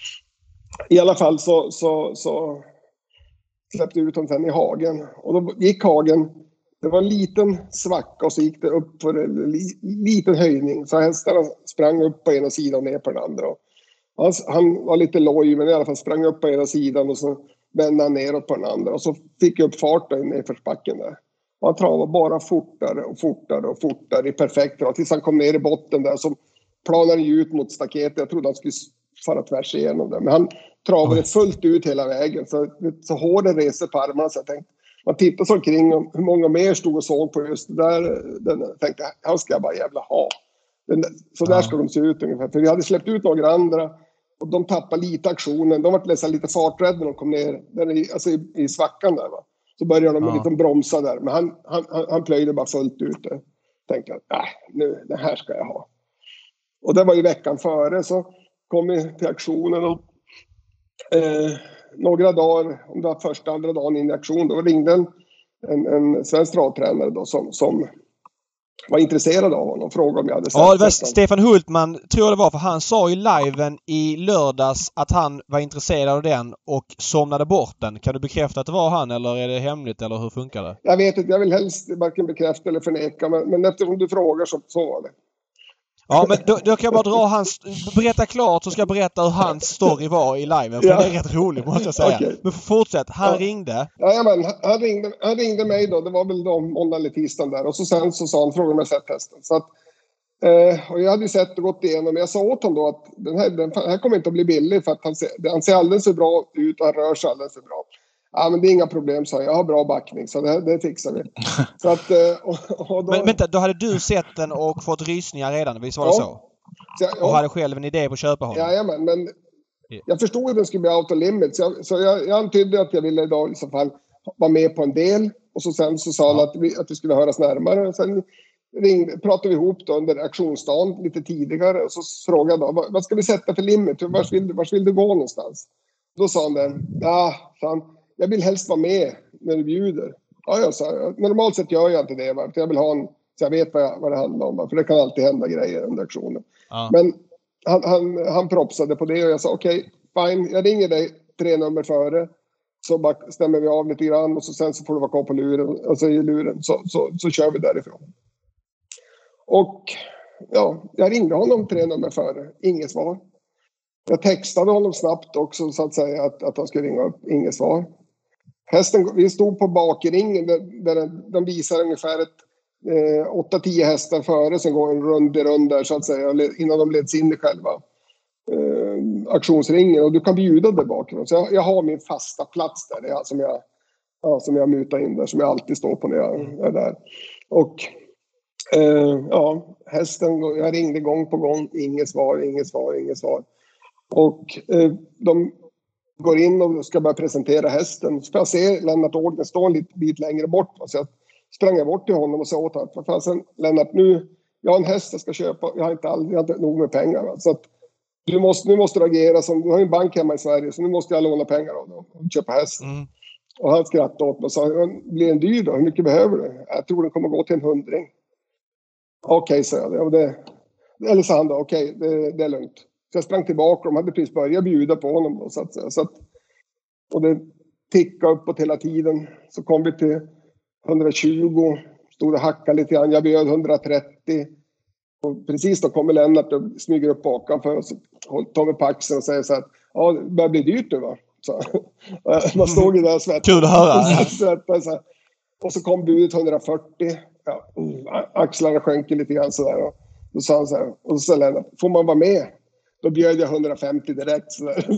i alla fall så, så, så släppte ut honom sen i hagen. Och då gick hagen, det var en liten svacka och så gick det upp för en li, liten höjning. Så hästarna sprang upp på ena sidan och ner på den andra. Och han, han var lite loj, men i alla fall sprang upp på ena sidan och så vände han neråt på den andra. Och så fick jag upp farten i nedförsbacken där. Och han travade bara fortare och fortare och fortare i perfekt trav. Tills han kom ner i botten där så planade han ut mot staketet. Jag trodde han skulle fara tvärs igenom det. Men han travade mm. fullt ut hela vägen. Så, så hården reser på armarna. Så jag tänkte, man tittade så omkring om hur många mer stod och såg på just det där. Den, jag tänkte, han ska jag bara jävla ha. Den, så där ska de se ut ungefär. För vi hade släppt ut några andra. Och de tappade lite aktionen. De var nästan lite farträdda när de kom ner där i, alltså i, i svackan där, va. Så började de ja. lite bromsa där. Men han, han, han plöjde bara fullt ut. Tänkte jag, nej, nu, det här ska jag ha. Och det var ju veckan före så kom vi till aktionen. Och eh, några dagar, om det var första andra dagen in i aktion, då ringde en, en, en svensk travtränare då som, som var intresserad av honom och frågade om jag hade sett. Ja, det var Stefan Hultman, tror jag det var, för han sa i liven i lördags att han var intresserad av den och somnade bort den. Kan du bekräfta att det var han, eller är det hemligt, eller hur funkar det? Jag vet inte, jag vill helst varken bekräfta eller förneka, men, men eftersom du frågar så, så var det. Ja, men då, då kan jag bara dra hans... Berätta klart, så ska jag berätta hur hans story var i liven. För ja. Det är rätt roligt, måste jag säga. Okay. Men fortsätt, han ja. ringde. Ja, men han ringde, han ringde mig då. Det var väl då måndag eller tisdagen där. Och så sen så sa han, frågade om jag sett hästen. Så att, eh, och jag hade ju sett och gått igenom. Men jag sa åt honom då att den här, den här kommer inte att bli billig. För att han ser, han ser alldeles för bra ut och han rör sig alldeles för bra. Ja, men det är inga problem, så jag har bra backning, så det, det fixar vi. Så att, och, och då... Men vänta, då hade du sett den och fått rysningar redan, visst var det ja. så? så jag, och ja. hade själv en idé på att köpa honom? Jajamän, men jag förstod att den skulle bli out of limit, så jag, så jag, jag antydde att jag ville idag i så fall vara med på en del. Och så sen så sa han ja. att, vi, att vi skulle höras närmare. Sen ringde, pratade vi ihop då under auktionsdagen lite tidigare. Och så frågade jag då, vad, vad ska vi sätta för limit? Vars vill, vars vill du gå någonstans? Då sa han det, ja, fan, jag vill helst vara med när du bjuder. Ja, jag sa, normalt sett gör jag inte det. Va? För jag vill ha en, så jag vet vad, jag, vad det handlar om. Va? För det kan alltid hända grejer under auktionen. Ja. Men han, han, han propsade på det och jag sa okej, okay, fine. Jag ringer dig tre nummer före. Så bara stämmer vi av lite grann och så sen så får du vara kvar på luren. Alltså i luren. Så, så, så kör vi därifrån. Och ja, jag ringde honom tre nummer före. Inget svar. Jag textade honom snabbt också så att säga att, att han skulle ringa upp. Inget svar. Hästen, vi stod på bakringen där, där de visar ungefär ett eh, åtta tio hästar före som går en rund i rund där så att säga innan de leds in i själva eh, auktionsringen och du kan bjuda där bakåt. Så jag, jag har min fasta plats där jag, som, jag, ja, som jag mutar in där som jag alltid står på när jag är där. Och eh, ja, hästen, jag ringde gång på gång, inget svar, inget svar, inget svar. Och eh, de går in och ska börja presentera hästen. Så jag ser Lennart Ågren stå en liten bit längre bort. Så jag sprang bort till honom och sa åt honom. Vad fasen, Lennart, nu, jag har en häst jag ska köpa. Jag har inte, all, jag har inte nog med pengar. Va? Så att du måste, nu måste du agera som, du har ju en bank hemma i Sverige. Så nu måste jag låna pengar av dem och köpa hästen. Mm. Och han skrattade åt mig och sa, blir den dyr då? Hur mycket behöver du? Jag tror den kommer gå till en hundring. Okej, okay, sa jag. Det, eller sa han då, okej, okay, det, det är lugnt. Så jag sprang tillbaka och de hade precis börjat bjuda på honom. Då, så att, så att, och det tickade uppåt hela tiden. Så kom vi till hundratjugo. Stod och hackade lite grann. Jag bjöd hundratrettio. Och precis då kommer Lennart och smyger upp bakom för oss. Tar mig på axeln och säger så att ja, det börjar bli dyrt nu va. Så, man stod ju där och svettade. Kul att höra. Så, och så kom budet hundrafyrtio. Ja, axlarna sjönk lite grann sådär. Och då sa han så här. Och så sa Lennart, får man vara med? Då bjöd jag hundrafemtio direkt.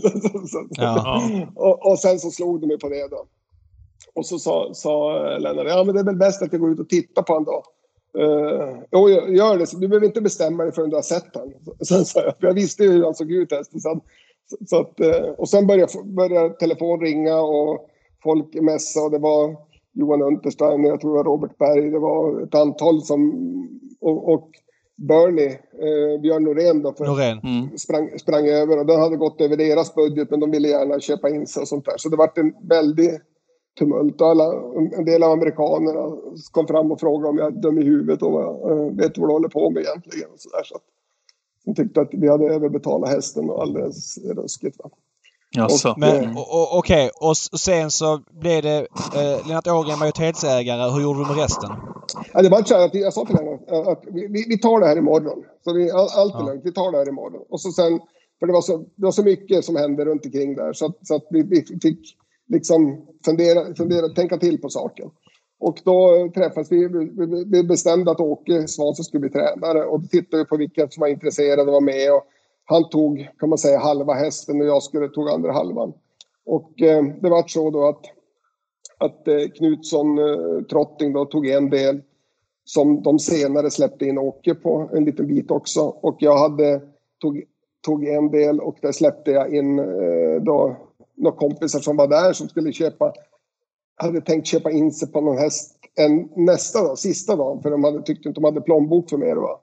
Ja. och, och sen så slog de mig på det då. Och så sa, sa Lennart, ja men det är väl bäst att jag går ut och tittar på honom då. Uh, jo, gör det. Du behöver inte bestämma dig förrän du har sett honom. Sen sa jag, för jag visste ju hur han såg ut. Så, så att, uh, och sen började, började telefon ringa och folk mässa och det var Johan Unterstein, jag tror det var Robert Berg, det var ett antal som och, och Bernie, eh, Björn Norén då, för Norén. Mm. Sprang, sprang över och den hade gått över deras budget men de ville gärna köpa in sig och sånt där. Så det var en väldig tumult och alla, en del av amerikanerna kom fram och frågade om jag är dum i huvudet och uh, vet vad de håller på med egentligen. Och så där, så att de tyckte att vi hade överbetalat hästen och alldeles ruskigt. Va? Jaså. Och, men okej, okay. och, och sen så blev det eh, Lennart Ågren majoritetsägare. Hur gjorde du med resten? Ja, det var så att jag sa till henne att, att vi, vi tar det här imorgon. Så vi, all, allt är ja. lugnt, vi tar det här imorgon. Och så sen, för det var så, det var så mycket som hände runt omkring där så att, så att vi, vi fick liksom fundera, fundera, tänka till på saken. Och då träffades vi, vi, vi bestämde att Åke Svansson skulle bli tränare och då tittade vi på vilka som var intresserade att vara med och han tog, kan man säga, halva hästen och jag skulle tog andra halvan. Och eh, det var så då att, att eh, Knutsson eh, Trotting då tog en del som de senare släppte in Åke på en liten bit också. Och jag hade tog, tog en del och där släppte jag in eh, då några kompisar som var där som skulle köpa, hade tänkt köpa in sig på någon häst en, nästa dag, sista dagen, för de hade tyckte inte de hade plånbok för mer va.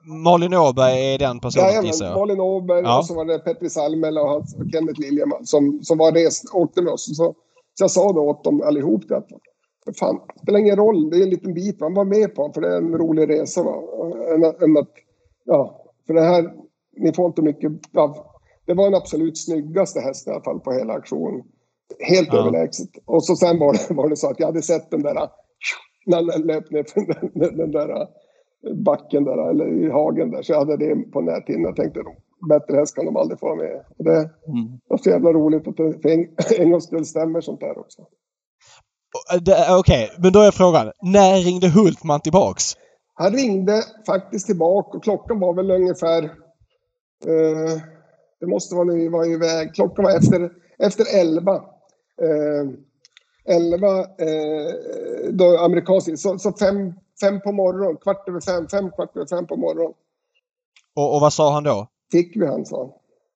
Malin Åberg är den personen, ja, gissar jag. Malin Åberg Ja. och så var det Petri Salmela och, hans, och Kenneth Liljeman som, som var res, åkte med oss. Så, så jag sa då åt dem allihop det att för fan, det spelar ingen roll, det är en liten bit man var med på för det är en rolig resa. Va? En, en att, ja, för det här, ni får inte mycket, ja, det var den absolut snyggaste hästen i alla fall på hela aktionen. Helt ja. överlägset. Och så sen var det, var det så att jag hade sett den där när den löp ner för den, den, den där backen där, eller i hagen där. Så jag hade det på näthinnan. Jag tänkte, bättre häst kan de aldrig få med. Och det mm. var så jävla roligt att det för en, en gång skulle stämmer sånt där också. Okej, okay. Men då är frågan. När ringde Hultman tillbaks? Han ringde faktiskt tillbaka och klockan var väl ungefär uh, det måste vara när vi var iväg. Klockan var efter, efter elva. Uh, elva uh, då amerikansk så, så fem, fem på morgon. Kvart över fem. Fem kvart över fem på morgon. Och, och vad sa han då? Fick vi han, sa.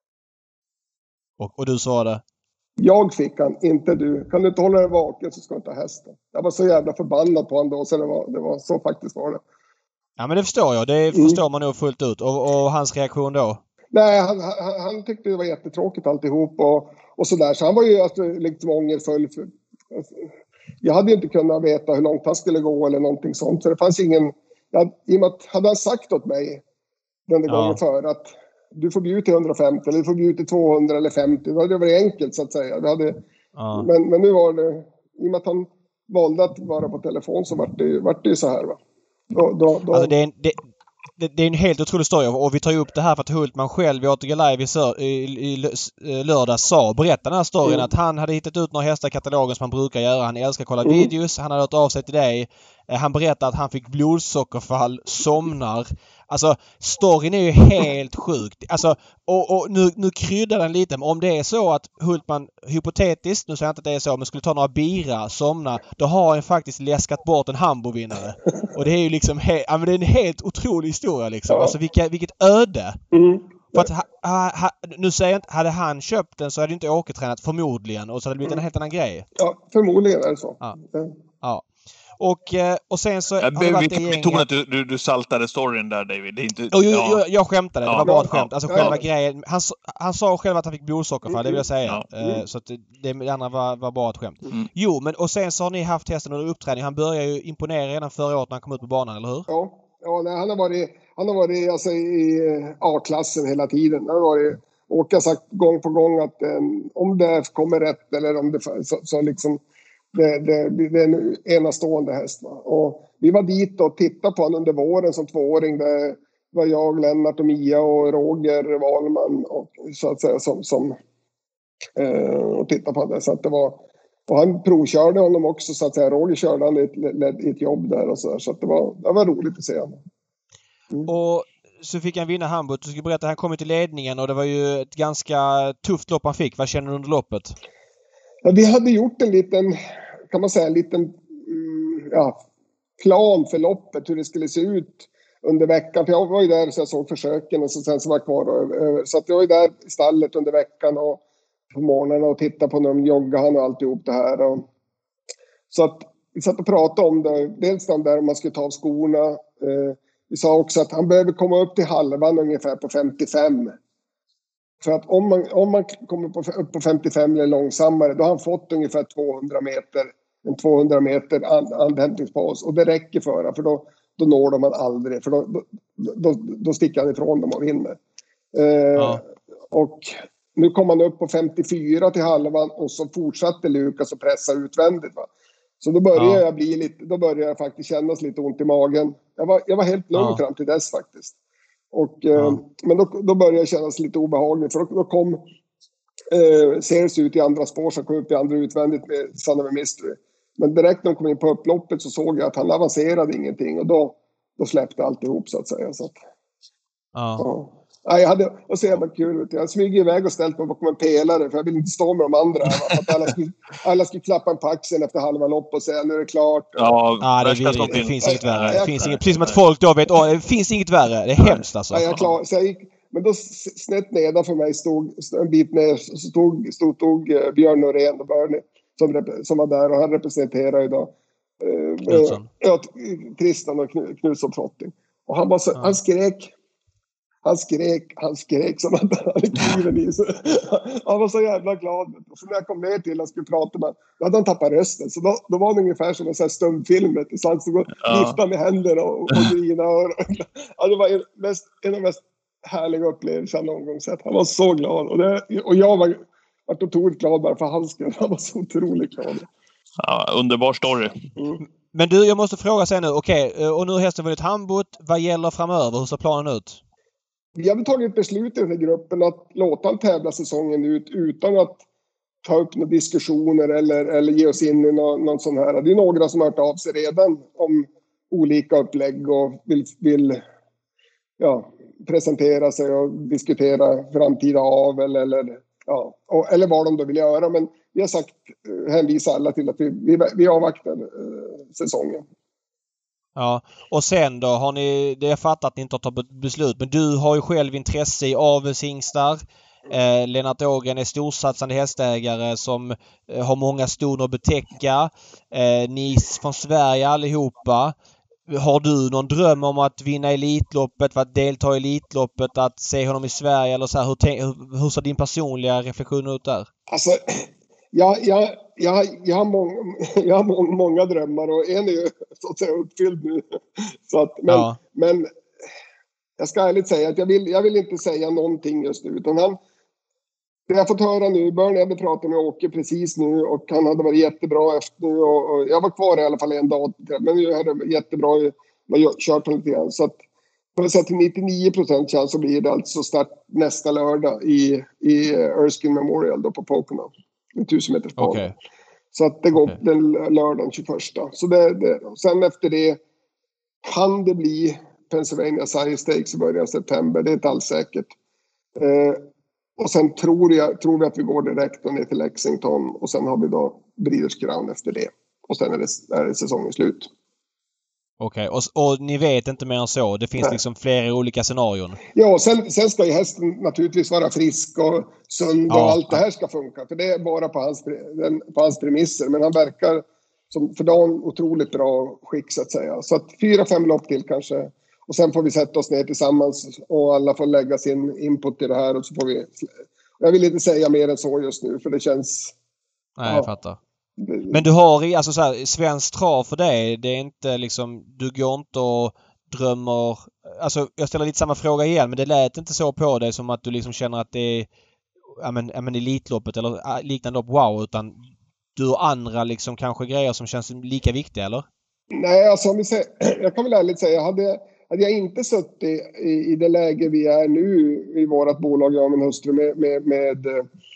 Och, och du sa det? Jag fick han, inte du. Kan du inte hålla dig vaken så ska du inte ha hästen. Jag var så jävla förbannad på han då. Så det var, det var så faktiskt var det. Ja, men det förstår jag. Det mm. förstår man nog fullt ut. Och, och hans reaktion då? Nej, han, han, han tyckte det var jättetråkigt alltihop och, och sådär. Så han var ju alltså, liksom ångerfull. För, alltså, jag hade inte kunnat veta hur långt han skulle gå eller någonting sånt. Så det fanns ingen... Jag, i och med att, hade han sagt åt mig den där ja. gången för att du får bjuda till hundrafemtio eller du får bjuda till tvåhundra eller femtio. Då hade det varit enkelt så att säga. Det hade, ja. men, men nu var det... I och med att han valde att vara på telefon så var det, var det ju så här, va. Då, då, då... Alltså det är, det, det, det är en helt otrolig story och vi tar ju upp det här för att Hultman själv i Återge Live i, sör, i, i, i lördag sa, berättade den här storyn mm. att han hade hittat ut några hästar i katalogen som han brukar göra. Han älskar att kolla mm. videos. Han hade hört av sig till dig. Han berättade att han fick blodsockerfall, somnar. Alltså, storyn är ju helt sjukt. Alltså, och, och nu, nu kryddar den lite. Men om det är så att Hultman, hypotetiskt, nu säger jag inte att det är så, men skulle ta några bira, somna, då har han faktiskt läskat bort en Hambo-vinnare. Och det är ju liksom, he- ja, men det är en helt otrolig historia liksom. Alltså, vilka, vilket öde. Mm. För att, ha, ha, nu säger jag inte, hade han köpt den så hade det inte åkertränat förmodligen. Och så hade det blivit en helt annan grej. Ja, förmodligen är det så. Ja. Ja. Och, och sen så... Ja, vi vi tog att du, du, du saltade storyn där, David. Det är inte, jo, jo, ja. jag, jag skämtade. Det ja. var bara ett skämt. Alltså ja. själva grejen... Han, han sa själv att han fick blodsockerfall, det vill jag säga. Ja. Mm. Så att det, det andra var, var bara ett skämt. Mm. Jo, men och sen så har ni haft hästen under uppträning. Han började ju imponera redan förra året när han kom ut på banan, eller hur? Ja, ja nej, han har varit, han har varit alltså, i A-klassen hela tiden. Han har varit... Och jag har sagt gång på gång att um, om det kommer rätt eller om det... Så, så liksom... Det, det, det är en enastående häst. Va? Och vi var dit och tittade på honom under våren som tvååring. Det var jag, Lennart och Mia och Roger Wahlman och, så att säga, som, som eh, och tittade på det. Så att det var, och han provkörde honom också så att säga. Roger körde han i ett, i ett jobb där och så där. Så att det var, det var roligt att se honom. Mm. Och så fick han vinna Hamburg. Du skulle berätta, han kom till ledningen och det var ju ett ganska tufft lopp han fick. Vad känner du under loppet? Ja, vi hade gjort en liten, kan man säga, en liten mm, ja, plan för loppet, hur det skulle se ut under veckan. För jag var ju där så jag såg försöken och så sen så var jag kvar över. Så att jag var ju där i stallet under veckan och på morgonen och tittade på när de joggade och alltihop det här. Och, så att vi satt och pratade om det. Dels om där om man skulle ta av skorna. Eh, vi sa också att han behöver komma upp till halvan ungefär på femtiofem. För att om man, om man kommer på, upp på femtiofem eller långsammare, då har han fått ungefär tvåhundra meter, en tvåhundra meter and, andhämtningspaus. Och det räcker för för då, då når de man aldrig. För då, då, då, då sticker han ifrån dem och vinner. Eh, ja. Och nu kom han upp på femtiofyra till halvan och så fortsatte Lukas att pressa utvändigt. Va? Så då började ja. jag bli lite, då började jag faktiskt kännas lite ont i magen. Jag var, jag var helt lugn ja. fram till dess faktiskt. Och, ja. eh, men då, då började jag kännas lite obehagligt. För då, då kom eh, Sears ut i andra spår som kom upp i andra utvändigt med Son of a Mystery. Men direkt när de kom in på upploppet så såg jag att han avancerade ingenting. Och då, då släppte alltihop så att säga. Så att, ja. Ja. Ja, jag hade, och så jävla kul ut. Jag smyger iväg och ställt mig bakom en pelare för jag vill inte stå med de andra. För att alla skulle, alla skulle klappa en på axeln efter halva lopp och säga nu är det klart. Ja, ja det, det, det, det finns inget värre. Det finns inget, precis som att folk då vet, åh, det finns inget värre. Det är hemskt alltså. Ja, jag klar, så jag gick, men då snett nedan för mig stod en bit ner så stod, stod, stod Björn Norén och Börne som, som var där och han representerar idag eh, ja, Tristan och Knutsson Trotting. Och han, var så, ja. han skrek Han skrek, han skrek som att han hade kniven i sig. Han var så jävla glad. Och så när jag kom ner till och skulle prata med honom, då hade han tappat rösten. Så då, då var det ungefär som en sån här stumfilm. Så han stod och viftade med händerna och, och grinade. Och, ja, det var en, mest, en av de mest härliga upplevelser jag någon gång sett. Han var så glad. Och, det, och jag var, var otroligt glad bara för hans skull. Han var så otroligt glad. Ja, underbar story. Mm. Men du, jag måste fråga sig nu. Okej, okay, och nu har hästen vunnit handbot. Vad gäller framöver? Hur ser planen ut? Vi hade tagit ett beslut i den här gruppen att låta han tävla säsongen ut utan att ta upp några diskussioner eller, eller ge oss in i någon, någon sån här. Det är några som har hört av sig redan om olika upplägg och vill, vill ja, presentera sig och diskutera framtida avel eller, ja, och, eller vad de då vill göra. Men vi har sagt, hänvisa alla till att vi, vi, vi avvaktar eh, säsongen. Ja, och sen då har ni, det är fattat att ni inte har tagit beslut, men du har ju själv intresse i avelshingstar. Eh, Lennart Ågren är storsatsande hästägare som eh, har många ston att betäcka. Eh, ni från Sverige allihopa. Har du någon dröm om att vinna Elitloppet, för att delta i Elitloppet, att se honom i Sverige eller så här? Hur, hur, hur ser din personliga reflektion ut där? Alltså, jag, jag, jag, jag har, mång, jag har mång, många drömmar och en är ju så att säga uppfylld nu. Så att, men, ja. men jag ska ärligt säga att jag vill, jag vill inte säga någonting just nu. Utan han, det jag har fått höra nu, Börn hade pratat med Åke precis nu och han hade varit jättebra efter nu. Och, och jag var kvar i alla fall en dag, men nu hade det jättebra jag kört lite grann. Så att för att säga till nittionio procent chans så blir det alltså start nästa lördag i, i Erskine Memorial då på Pocono. En tusen meters bana. Okay. Så att det går okay. den lördagen tjugoförsta. Så det, det, sen efter det kan det bli Pennsylvania Sire Stakes i början av september. Det är inte alls säkert. Eh, och sen tror, jag, tror vi att vi går direkt ner till Lexington. Och sen har vi då Breeders Crown efter det. Och sen är det, är det säsongen slut. Okej, okay. och, och ni vet inte mer än så? Det finns Nej. liksom flera olika scenarion? Ja, sen, sen ska ju hästen naturligtvis vara frisk och sund och ja. allt det här ska funka. För det är bara på hans, den, på hans premisser. Men han verkar som för dagen otroligt bra skick så att säga. Så att fyra, fem lopp till kanske. Och sen får vi sätta oss ner tillsammans och alla får lägga sin input i det här. Och så får vi... Jag vill inte säga mer än så just nu för det känns... Nej, ja. jag fattar. Men du har i, alltså så här, svensk trav för dig, det är inte liksom, du går inte och drömmer, alltså jag ställer lite samma fråga igen, men det lät inte så på dig som att du liksom känner att det är, ja men, ja men Elitloppet eller liknande lopp, wow, utan du har andra liksom kanske grejer som känns lika viktiga, eller? Nej, alltså om vi säger, jag kan väl ärligt säga, hade, hade jag inte suttit i, i det läge vi är nu i vårat bolag, jag och min hustru med, med, med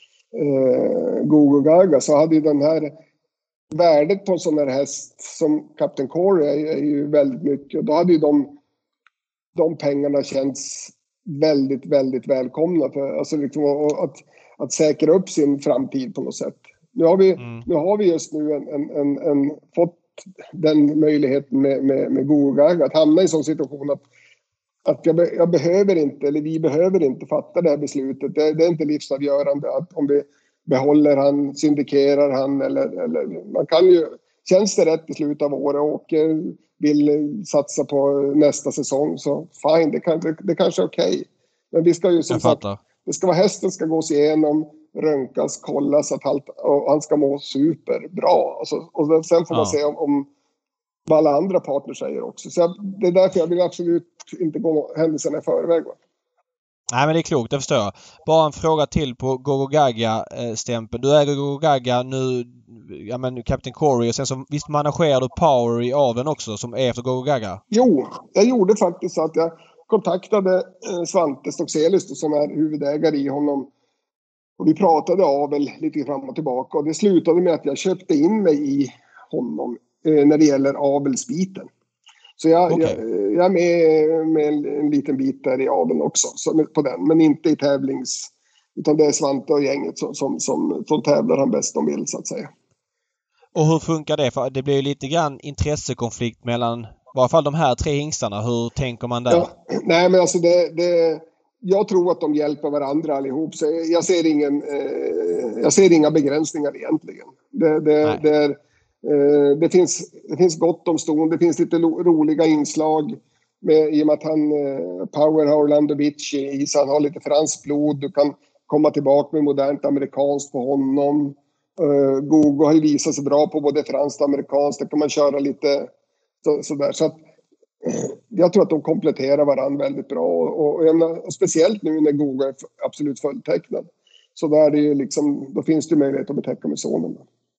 eh, Gogo Gaga, så hade ju den här värdet på en sån här häst som Captain Corey är, är ju väldigt mycket. Och då hade ju de, de pengarna känts väldigt, väldigt välkomna. För, alltså liksom, att, att säkra upp sin framtid på något sätt. Nu har vi, mm. nu har vi just nu en, en, en, en, fått den möjligheten med, med, med Gogo Gaga att hamna i en sån situation att, att jag, be, jag behöver inte, eller vi behöver inte fatta det här beslutet. Det, det är inte livsavgörande att om vi behåller han, syndikerar han eller, eller man kan ju, känns det rätt i slutet av året och vill satsa på nästa säsong så fine, det, kan, det, det kanske är okej. Okay. Men vi ska ju som sagt, det ska vara hästen ska gås igenom, röntgas, kollas att han, och han ska må superbra. Alltså, och sen får man ja. se om, om vad alla andra partner säger också. Så jag, det är därför jag vill absolut inte gå händelserna i förväg. Va? Nej, men det är klokt, det förstår jag. Bara en fråga till på Gogo Gaga-stämpeln. Du äger Gogo Gaga nu, ja men Captain Corey, och sen så visst managerar du Power i aveln också som är efter Gogo Gaga? Jo, jag gjorde faktiskt så att jag kontaktade Svante Stockselius som är huvudägare i honom. Och vi pratade avel lite fram och tillbaka och det slutade med att jag köpte in mig i honom eh, när det gäller avelsbiten. Så jag, okay. jag, jag är med, med en, en liten bit där i aveln också så, på den, men inte i tävlings, utan det är Svante och gänget som, som, som, som tävlar han bäst de vill så att säga. Och hur funkar det? För det blir ju lite grann intressekonflikt mellan i varje fall de här tre hingstarna. Hur tänker man där? Ja, nej men alltså det, det, jag tror att de hjälper varandra allihop så jag ser, ingen, eh, jag ser inga begränsningar egentligen. Det, det, det är Det finns, det finns gott om ston, det finns lite lo, roliga inslag. med, i och med att han eh, Power har Orlando Vici i sig, han har lite fransk blod, du kan komma tillbaka med modernt amerikanskt på honom. Uh, Google har ju visat sig bra på både franskt och amerikanskt, det kan man köra lite så, sådär. Så att, jag tror att de kompletterar varandra väldigt bra och, och, och, menar, och speciellt nu när Google är absolut fulltecknad. Så där är det ju liksom, då finns det möjlighet att betäcka med sonen.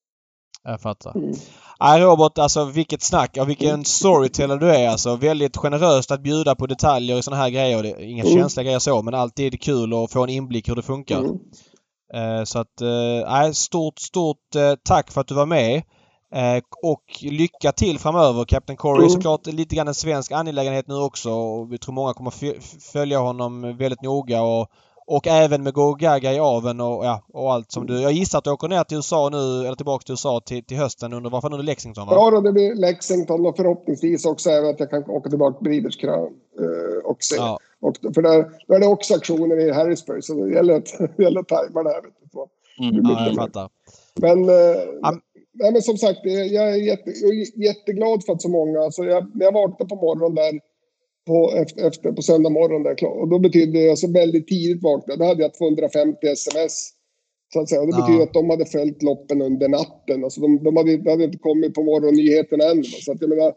Jag fattar. Mm. Nej, Robert, alltså vilket snack och vilken storyteller du är. Alltså väldigt generöst att bjuda på detaljer i såna här grejer. Det är inga mm. känsliga grejer så, men alltid kul att få en inblick hur det funkar. Mm. Uh, så att, uh, stort, stort uh, tack för att du var med. Uh, och lycka till framöver, Captain Corey. Mm. Såklart lite grann en svensk angelägenhet nu också. Och vi tror många kommer f- följa honom väldigt noga och Och även med Go Gaga i aven och, ja, och allt som du... Jag gissar att du åker ner till U S A nu, eller tillbaka till U S A till, till hösten under, varför under Lexington, va? Ja, då, det blir Lexington och förhoppningsvis också även att jag kan åka tillbaka till Breeders' Crown eh, och se. Ja. Och, för där, där är det också aktioner i Harrisburg, så det gäller att, det gäller att tajma det här. Vet du, mm, ja, jag fattar. Men, eh, um, nej, men som sagt, jag är jätte, jätteglad för att så många... Alltså jag, när jag vaknade på morgonen där, På, efter, efter, på söndag morgon där, och då betyder det alltså väldigt tidigt vakna. Då hade jag tvåhundrafemtio sms så att säga. Och det ja. betyder att de hade följt loppen under natten. Alltså de, de, hade, de hade inte kommit på morgonnyheten än. Så att jag menar,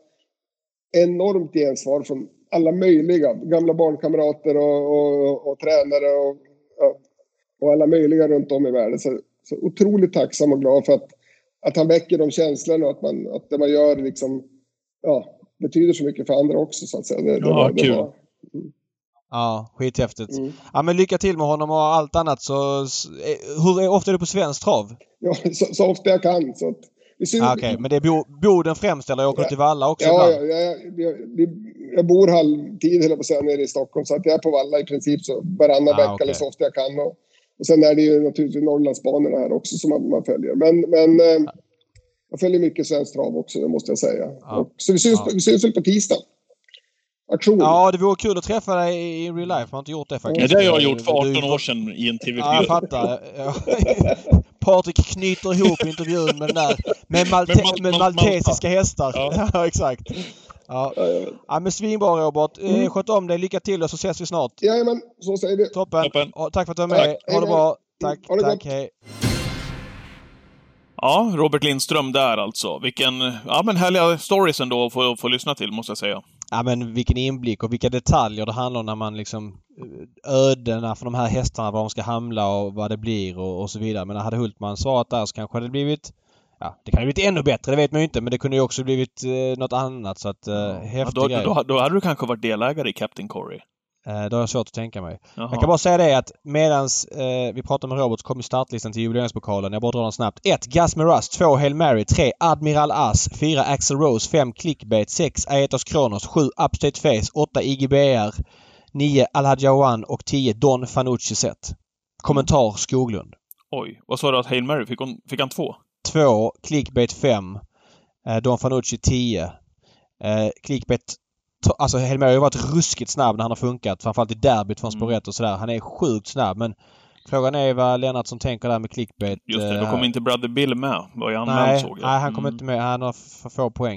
enormt gensvar från alla möjliga gamla barnkamrater och, och, och, och tränare och, och alla möjliga runt om i världen. Så, så otroligt tacksam och glad för att, att han väcker de känslorna och att, man, att det man gör liksom, ja, betyder så mycket för andra också, så att säga. Det, det ja, var, kul. Det var, mm. Ja, skithäftigt. Mm. Ja, men lycka till med honom och allt annat. Så, hur ofta är du på svensk trav? Ja, så, så ofta jag kan. Så att, syns... ah, Okej, okay. Men det är bo, Boden främst, eller åker du ja. till Valla också? Ja, ja, ja jag, jag, jag bor halvtid hela på sen nere i Stockholm, så att jag är på Valla i princip så varannan ah, vecka okay. eller så ofta jag kan. Och, och sen är det ju naturligtvis Norrlandsbanorna här också som man, man följer. Men, men eh, jag följer mycket svensk trav också, det måste jag säga. Ja. Och, så vi syns, ja. vi syns väl på tisdag. Aktion. Ja, det vore kul att träffa dig i real life. Man har inte gjort det faktiskt. Ja, det har jag gjort för arton år sedan i en T V fyra. Ja, jag fattar. Patrik knyter ihop intervjun med den där med, malte- med, mal- med maltesiska hästar. Ja, ja exakt. Ja. Ja, men svinbra, Robert. Mm. Sköt om dig, lycka till och så ses vi snart. Jajamän, så säger vi. Toppen. Toppen. Tack för att du var med. Tack. Ha det bra. Tack, ha det tack, gott. hej. Ja, Robert Lindström där alltså. Vilken, ja men härliga stories ändå att få, få lyssna till, måste jag säga. Ja, men vilken inblick och vilka detaljer det handlar om när man liksom ödena för de här hästarna, var de ska hamla och vad det blir och, och så vidare. Men hade Hultman svarat där så kanske det blivit, ja, det kan ju blivit ännu bättre, det vet man ju inte, men det kunde ju också blivit eh, något annat, så att eh, häftig ja, då, grej. Då, då hade du kanske varit delägare i Captain Corey. Eh, då har jag svårt att tänka mig. Jaha. Jag kan bara säga det att medans eh, vi pratar med Robert så kommer startlistan till jubileumspokalen. Jag bara drar den snabbt. ett. Gas med Rust. två. Hail Mary. tre. Admiral As. fyra. Axel Rose. fem. Clickbait. sex. Aetos Kronos. sju. Upstate Face. åtta. I G B R. nio. Alhaja One. Och tio. Don Fanucci Set. Kommentar Skoglund. Oj, vad sa du att Hail Mary fick, hon, fick han två? två. Clickbait fem. Eh, Don Fanucci tio. Eh, Clickbait Alltså Hail Mary har varit ruskigt snabb när han har funkat. Framförallt i derbyt från spår ett och sådär. Han är sjukt snabb. Men frågan är vad Lennart som tänker där med clickbait. Just det, då kommer inte Brother Bill med. Vad jag nej, såg jag. nej, han kommer mm. inte med. Han har för få poäng.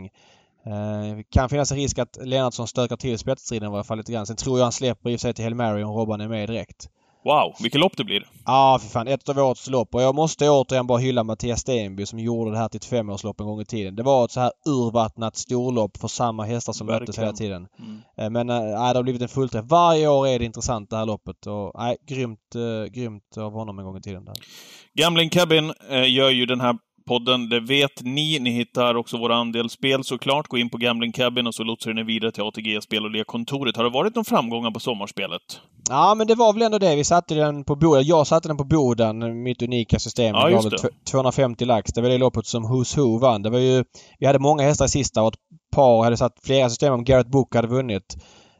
Eh, kan finnas en risk att Lennart som stökar till spetsstriden i alla fall lite grann. Sen tror jag han släpper i och för sig till Hail Mary om Robban är med direkt. Wow, vilket lopp det blir. Ja, ah, för fan. Ett av årets lopp. Och jag måste återigen bara hylla Mattias Stenby som gjorde det här till ett femårslopp en gång i tiden. Det var ett så här urvattnat storlopp för samma hästar som verkligen möttes hela tiden. Mm. Men äh, det har blivit en fullträff. Varje år är det intressant det här loppet. Och nej, grymt, äh, grymt av honom en gång i tiden. Där. Gambling Cabin äh, gör ju den här podden, det vet ni. Ni hittar också våra andelsspel såklart. Gå in på Gambling Cabin och så lotsar ni vidare till A T G-spel och L-kontoret. Har det varit någon framgångar på sommarspelet? Ja, men det var väl ändå det. Vi satte den på Boden. Jag satte den på Boden, mitt unika system. Ja, just det. tvåhundrafemtio lax. Det var det loppet som Who's Who vann. Det var ju, vi hade många hästar i sista och ett par hade satt flera system om Garrett Book hade vunnit.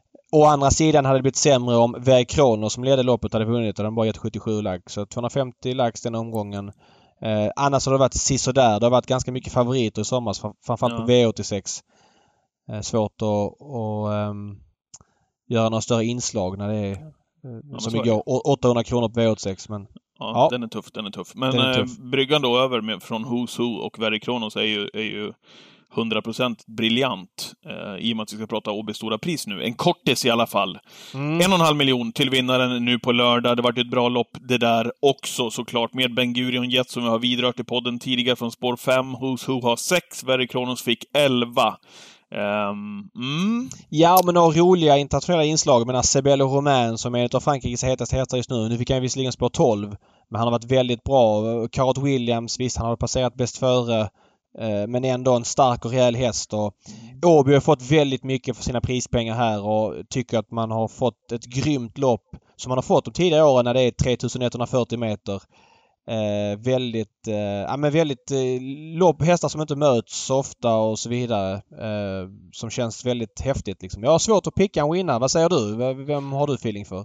Å andra sidan hade det blivit sämre om Väg Kronos som ledde loppet hade vunnit och den bara gett sjuttiosju lax. Så tvåhundrafemtio lax den omgången. Eh, annars har det varit sisådär. Det har varit ganska mycket favoriter i sommar, framförallt ja. på V åttiosex. Eh, svårt att, att um, göra några större inslag när det är ja, som igår, åttahundra kronor på V åttiosex. Men, ja, ja, den är tuff, den är tuff. Men är tuff. Eh, bryggan då över med, från Who's Who och Very Kronos är ju, är ju hundra procent briljant. Eh, I och med att vi ska prata Åby Stora Pris nu. En kortis i alla fall. Mm. En och en halv miljon till vinnaren nu på lördag. Det var ett bra lopp det där också såklart. Med Ben Gurion Jet som vi har vidrört i podden tidigare från spår fem. Who's Who har sex. Very Kronos fick elva. Um, mm. Ja, men några roliga internationella inslag. Men Sebello Romain som är ett av Frankrikes hetaste hästar just nu. Nu fick han visserligen spår tolv. Men han har varit väldigt bra. Carrot Williams, visst han har passerat bäst före. Men ändå en stark och rejäl häst. Och Åby har fått väldigt mycket för sina prispengar här och tycker att man har fått ett grymt lopp som man har fått de tidigare åren när det är tre tusen etthundrafyrtio meter. Eh, väldigt, eh, ja, men väldigt eh, lopp, hästar som inte möts så ofta och så vidare. Eh, som känns väldigt häftigt liksom. Jag har svårt att picka en winner. Vad säger du? Vem har du feeling för?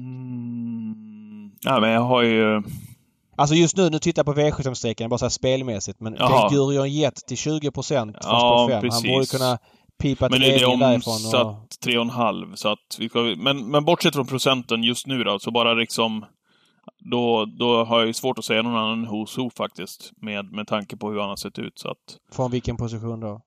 Mm. Ja, men jag har ju... Alltså just nu, nu tittar jag på V sjuttiofem-sträckan bara så här spelmässigt. Men Ben Gurion Jet till tjugo procent från ja, spår fem. Han borde kunna pipa till ledningen därifrån. Men det är omsatt tre komma fem. Så att vi ska, men, men bortsett från procenten just nu då, så bara liksom... Då, då har jag ju svårt att säga någon annan Who's Who faktiskt. Med, med tanke på hur han har sett ut. Så att... Från vilken position då?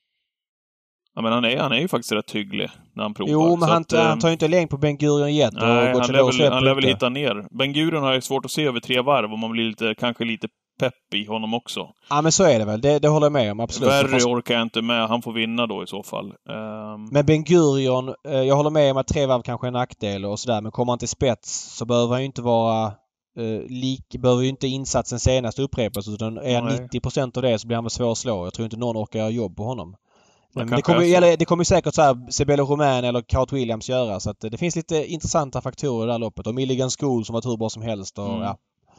Ja, men han är, han är ju faktiskt rätt hygglig när han provar. Jo, men han, att, han tar ju inte längd på Ben Gurion Jet. Nej, han lär väl, han lär väl hitta ner. Ben Gurion har ju svårt att se över tre varv och man blir lite, kanske lite pepp i honom också. Ja, men så är det väl. Det, det håller jag med om, absolut. Värre fast... orkar jag inte med. Han får vinna då i så fall. Um... Men Ben Gurion, jag håller med om att tre varv kanske är en nackdel och sådär. Men kommer han till spets så behöver han ju inte vara... Uh, lik, behöver ju inte insatsen senast upprepas utan är han nittio procent av det så blir han väl svår att slå. Jag tror inte någon orkar göra jobb på honom. Men det kommer, eller, det kommer säkert så här Sebello Romain eller Carrot Williams göra så att det finns lite intressanta faktorer i det här loppet. Och Milligan School som var hur bra som helst och mm. ja.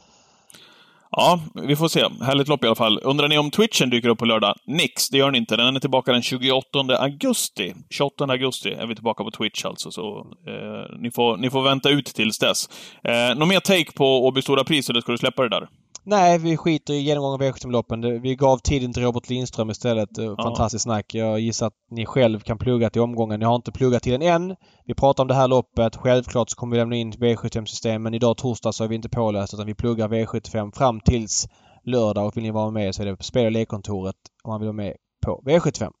Ja, vi får se. Härligt lopp i alla fall. Undrar ni om Twitchen dyker upp på lördag? Nix, det gör ni inte. Den är tillbaka den tjugoåttonde augusti. tjugoåttonde augusti är vi tillbaka på Twitch alltså. Så eh, ni, får, ni får vänta ut tills dess. Eh, någon mer take på Åby Stora Pris eller ska du släppa det där? Nej, vi skiter i genomgång av V sjuttiofem-loppen. Vi gav tiden till Robert Lindström istället. Fantastiskt snack. Jag gissar att ni själv kan plugga till omgången. Ni har inte pluggat till den än. Vi pratar om det här loppet. Självklart så kommer vi lämna in V sjuttiofem-system. Men idag torsdag så är vi inte påläst utan vi pluggar V sjuttiofem fram tills lördag. Och vill ni vara med så är det på spel- och lekkontoret om man vill vara med på V sjuttiofem.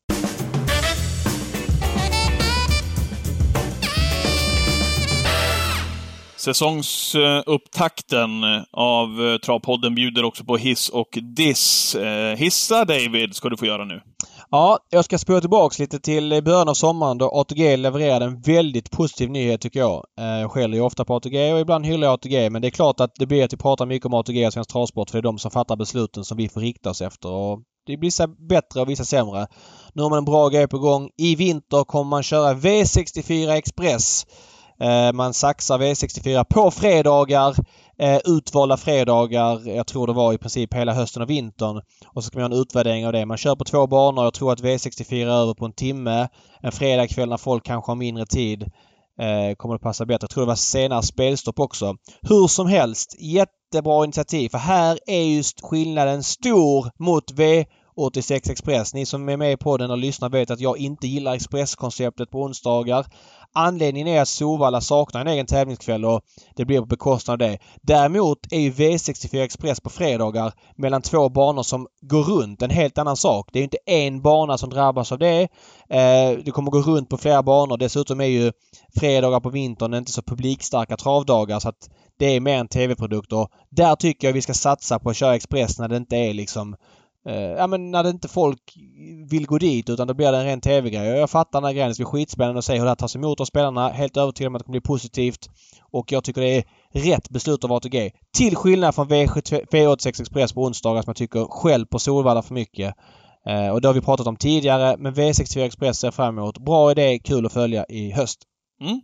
Säsongsupptakten av Travpodden bjuder också på hiss och diss. Hissa, David, ska du få göra nu. Ja, jag ska spåra tillbaks lite till början av sommaren då A T G levererade en väldigt positiv nyhet tycker jag. Jag skäller ju ofta på A T G och ibland hyllar jag A T G. Men det är klart att det blir att vi pratar mycket om A T G och Svensk Travsport för det är de som fattar besluten som vi får rikta oss efter. Och det blir så bättre och vissa sämre. Nu har man en bra grej på gång. I vinter kommer man köra V sextiofyra Express. Man saxar V sextiofyra på fredagar, utvalda fredagar, jag tror det var i princip hela hösten och vintern. Och så ska man göra en utvärdering av det. Man kör på två banor, jag tror att V sextiofyra är över på en timme. En fredagkväll när folk kanske har mindre tid kommer det passa bättre. Jag tror det var senare spelstopp också. Hur som helst, jättebra initiativ. För här är just skillnaden stor mot V åttiosex Express. Ni som är med på den och lyssnar vet att jag inte gillar expresskonceptet på onsdagar. Anledningen är att Solvalla saknar en egen tävlingskväll och det blir på bekostnad av det. Däremot är ju V sextiofyra Express på fredagar mellan två banor som går runt. En helt annan sak. Det är ju inte en bana som drabbas av det. Eh, det kommer gå runt på flera banor. Dessutom är ju fredagar på vintern inte så publikstarka travdagar så att det är mer en tv-produkt. Och där tycker jag vi ska satsa på att köra Express när det inte är liksom Uh, ja men när det inte folk vill gå dit utan då blir det en ren tv-grej. Jag fattar den här grejen. Det blir skitspännande att se hur det här tas emot av spelarna. Helt övertygad om att det kommer bli positivt. Och jag tycker det är rätt beslut av A T G. Till skillnad från V åttiosex Express på onsdagar som jag tycker själv på Solvalla för mycket. Uh, och det har vi pratat om tidigare. Men V sextiofyra Express ser fram emot. Bra idé, kul att följa i höst. Mm.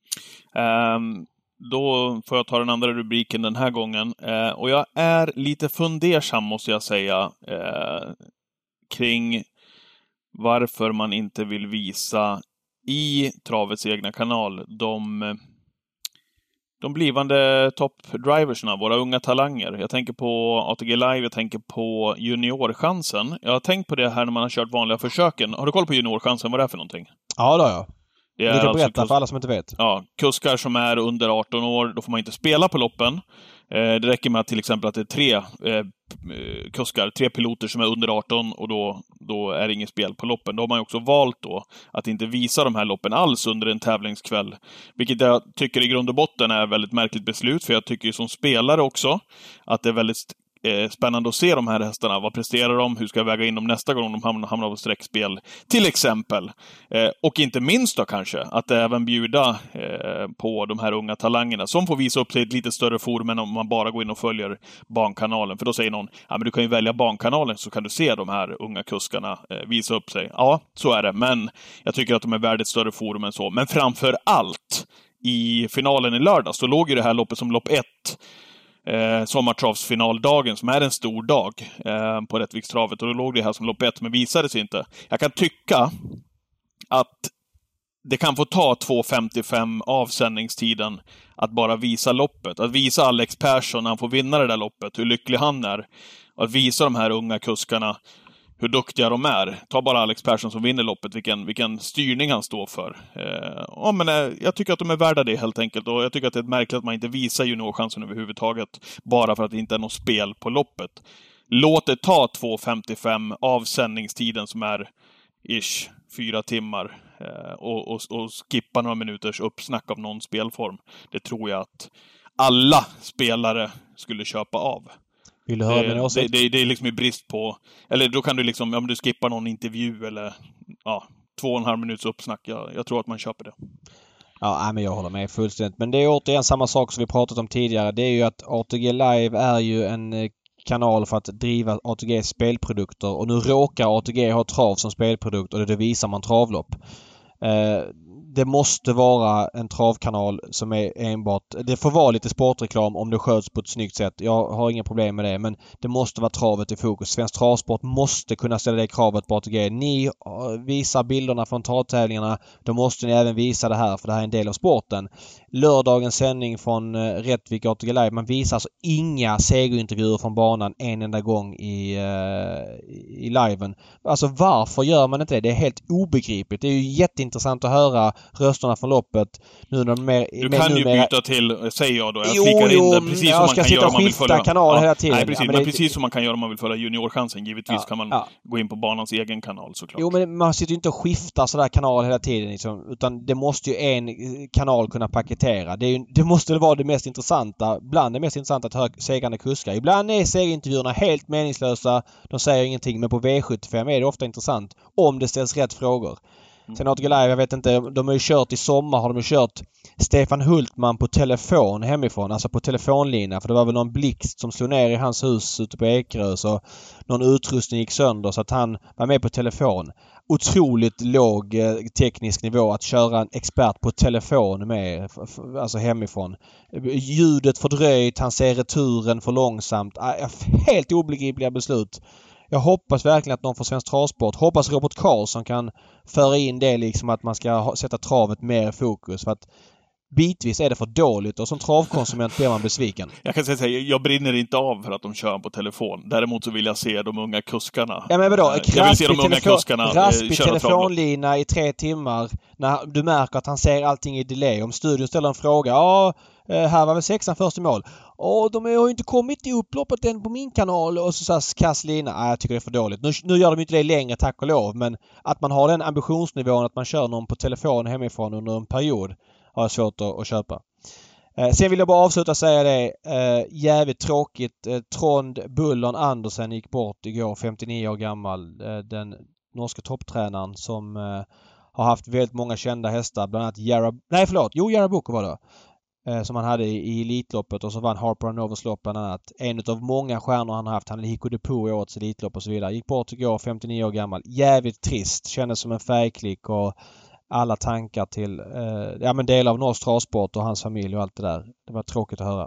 Um... Då får jag ta den andra rubriken den här gången. Eh, och jag är lite fundersam måste jag säga. Eh, kring varför man inte vill visa i Travets egna kanal de, de blivande toppdriversna, våra unga talanger. Jag tänker på A T G Live, jag tänker på juniorchansen. Jag har tänkt på det här när man har kört vanliga försöken. Har du koll på juniorchansen? Vad är det för någonting? Ja, då ja. Det är du kan alltså berätta kus- för alla som inte vet. Ja, kuskar som är under arton år, då får man inte spela på loppen. Eh, det räcker med att till exempel att det är tre eh, kuskar, tre piloter som är under arton och då, då är det inget spel på loppen. Då har man ju också valt då att inte visa de här loppen alls under en tävlingskväll. Vilket jag tycker i grund och botten är ett väldigt märkligt beslut, för jag tycker ju som spelare också att det är väldigt Eh, spännande att se de här hästarna. Vad presterar de? Hur ska jag väga in dem nästa gång de hamnar, hamnar på sträckspel? Till exempel. Eh, och inte minst då kanske, att även bjuda eh, på de här unga talangerna som får visa upp sig i ett lite större forum än om man bara går in och följer Bankanalen. För då säger någon, ja men du kan ju välja Bankanalen så kan du se de här unga kuskarna eh, visa upp sig. Ja, så är det. Men jag tycker att de är värda ett större forum än så. Men framför allt i finalen i lördag så låg ju det här loppet som lopp ett. Eh, sommartravsfinaldagen som är en stor dag eh, på Rättvikstravet, och då låg det här som lopp ett, men visades inte. Jag kan tycka att det kan få ta två femtiofem avsändningstiden att bara visa loppet. Att visa Alex Persson när han får vinna det där loppet, hur lycklig han är. Och att visa de här unga kuskarna hur duktiga de är. Ta bara Alex Persson som vinner loppet, vilken, vilken styrning han står för. Eh, ja, men, eh, jag tycker att de är värda det helt enkelt. Och jag tycker att det är märkligt att man inte visar juniorchansen överhuvudtaget. Bara för att det inte är något spel på loppet. Låt det ta två femtiofem avsändningstiden som är ish fyra timmar. Eh, och, och, och skippa några minuters uppsnack av någon spelform. Det tror jag att alla spelare skulle köpa av. Vill du höra det, min åsikt? Det, det, det är liksom i brist på... Eller då kan du liksom... Om du skippar någon intervju eller... Ja, två och en halv minuts uppsnack. Jag, jag tror att man köper det. Ja, men jag håller med fullständigt. Men det är återigen samma sak som vi pratat om tidigare. Det är ju att A T G Live är ju en kanal för att driva A T G:s spelprodukter. Och nu råkar A T G ha trav som spelprodukt, och det visar man travlopp. Eh, det måste vara en travkanal som är enbart... Det får vara lite sportreklam om det sköts på ett snyggt sätt. Jag har inga problem med det, men det måste vara travet i fokus. Svensk Travsport måste kunna ställa det kravet på A T G. Ni visar bilderna från travtävlingarna. Då måste ni även visa det här, för det här är en del av sporten. Lördagens sändning från Rättvik A T G Live. Man visar alltså inga segerintervjuer från banan en enda gång i, uh, i liven. Alltså varför gör man inte det? Det är helt obegripligt. Det är ju jätteintressant att höra rösterna från loppet. Nu när de mer, du kan ju numera... byta till, säger jag då. Jag jo, klickar in det jo, precis jag som man ska kan sitta göra om och man vill skifta följa. kanal Ja, hela tiden. Nej, precis. Ja, men men det... precis som man kan göra om man vill följa juniorchansen. Givetvis ja, kan man ja. gå in på banans egen kanal såklart. Jo, men man sitter ju inte och skiftar sådär kanal hela tiden liksom, utan det måste ju en kanal kunna paketera. Det, är ju, det måste vara det mest intressanta, bland det mest intressanta att höra segrande kuskar. Ibland är segerintervjuerna helt meningslösa. De säger ingenting, men på V sjuttiofem är det ofta intressant om det ställs rätt frågor. Sen A T G Live, jag vet inte, de har ju kört i sommar, har de ju kört Stefan Hultman på telefon hemifrån, alltså på telefonlina, för det var väl någon blixt som slog ner i hans hus ute på Ekerö, så någon utrustning gick sönder så att han var med på telefon. Otroligt låg eh, teknisk nivå att köra en expert på telefon med, f- f- alltså hemifrån. Ljudet fördröjt, han ser returen för långsamt. Ah, helt obegripliga beslut. Jag hoppas verkligen att någon från Svensk Travsport, hoppas Robert Karlsson kan föra in det liksom, att man ska ha, sätta travet mer i fokus, för att bitvis är det för dåligt och som travkonsument blir man besviken. Jag kan säga så här, jag brinner inte av för att de kör på telefon. Däremot så vill jag se de unga kuskarna. Ja, men vadå? Jag vill se de unga telefon, kuskarna raspig köra telefonlina i tre timmar när du märker att han ser allting i delay. Om studion ställer en fråga, ja, här var väl sexan först i mål. Och de har ju inte kommit i upploppet än på min kanal. Och så såhär kasslina. Nej, jag tycker det är för dåligt. Nu, nu gör de inte det längre, tack och lov. Men att man har den ambitionsnivån att man kör någon på telefon hemifrån under en period har jag svårt att, att köpa. Eh, sen vill jag bara avsluta och säga det. Eh, jävligt tråkigt. Eh, Trond Bullern Andersen gick bort igår, femtionio år gammal. Eh, den norska topptränaren som eh, har haft väldigt många kända hästar. Bland annat Jarrah... Nej, förlåt. Jo, Jarrah Boko var det. Eh, som han hade i, i Elitloppet, och så vann Harper and Novers lopp bland annat. En av många stjärnor han har haft. Han hade Hiko Depot i årets Elitlopp och så vidare. Gick bort igår, femtionio år gammal. Jävligt trist. Kändes som en färgklick och alla tankar till eh, ja, men delar av norsk travsport och hans familj och allt det där. Det var tråkigt att höra.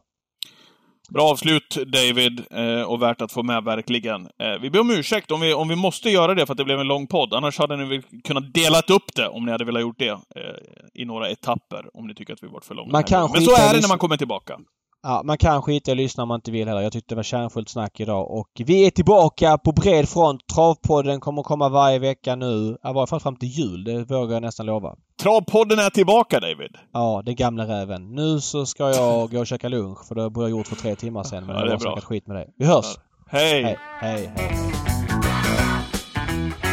Bra avslut, David, eh, och värt att få med verkligen. Eh, vi ber om ursäkt om vi, om vi måste göra det för att det blev en lång podd. Annars hade ni väl kunnat delat upp det om ni hade velat gjort det eh, i några etapper, om ni tycker att vi varit för långa. Man kan Men så är det när man kommer tillbaka. Ja, man kan skita och lyssna om man inte vill heller. Jag tyckte det var kärnfullt snack idag. Och vi är tillbaka på bred front. Travpodden kommer komma varje vecka nu. I varje fall fram till jul. Det vågar jag nästan lova. Travpodden är tillbaka, David. Ja, den gamla räven. Nu så ska jag gå och käka lunch. För det har jag gjort för tre timmar sedan. Men ja, jag har snackat skit med dig. Vi hörs! Ja. Hej! Hej, hej, hej.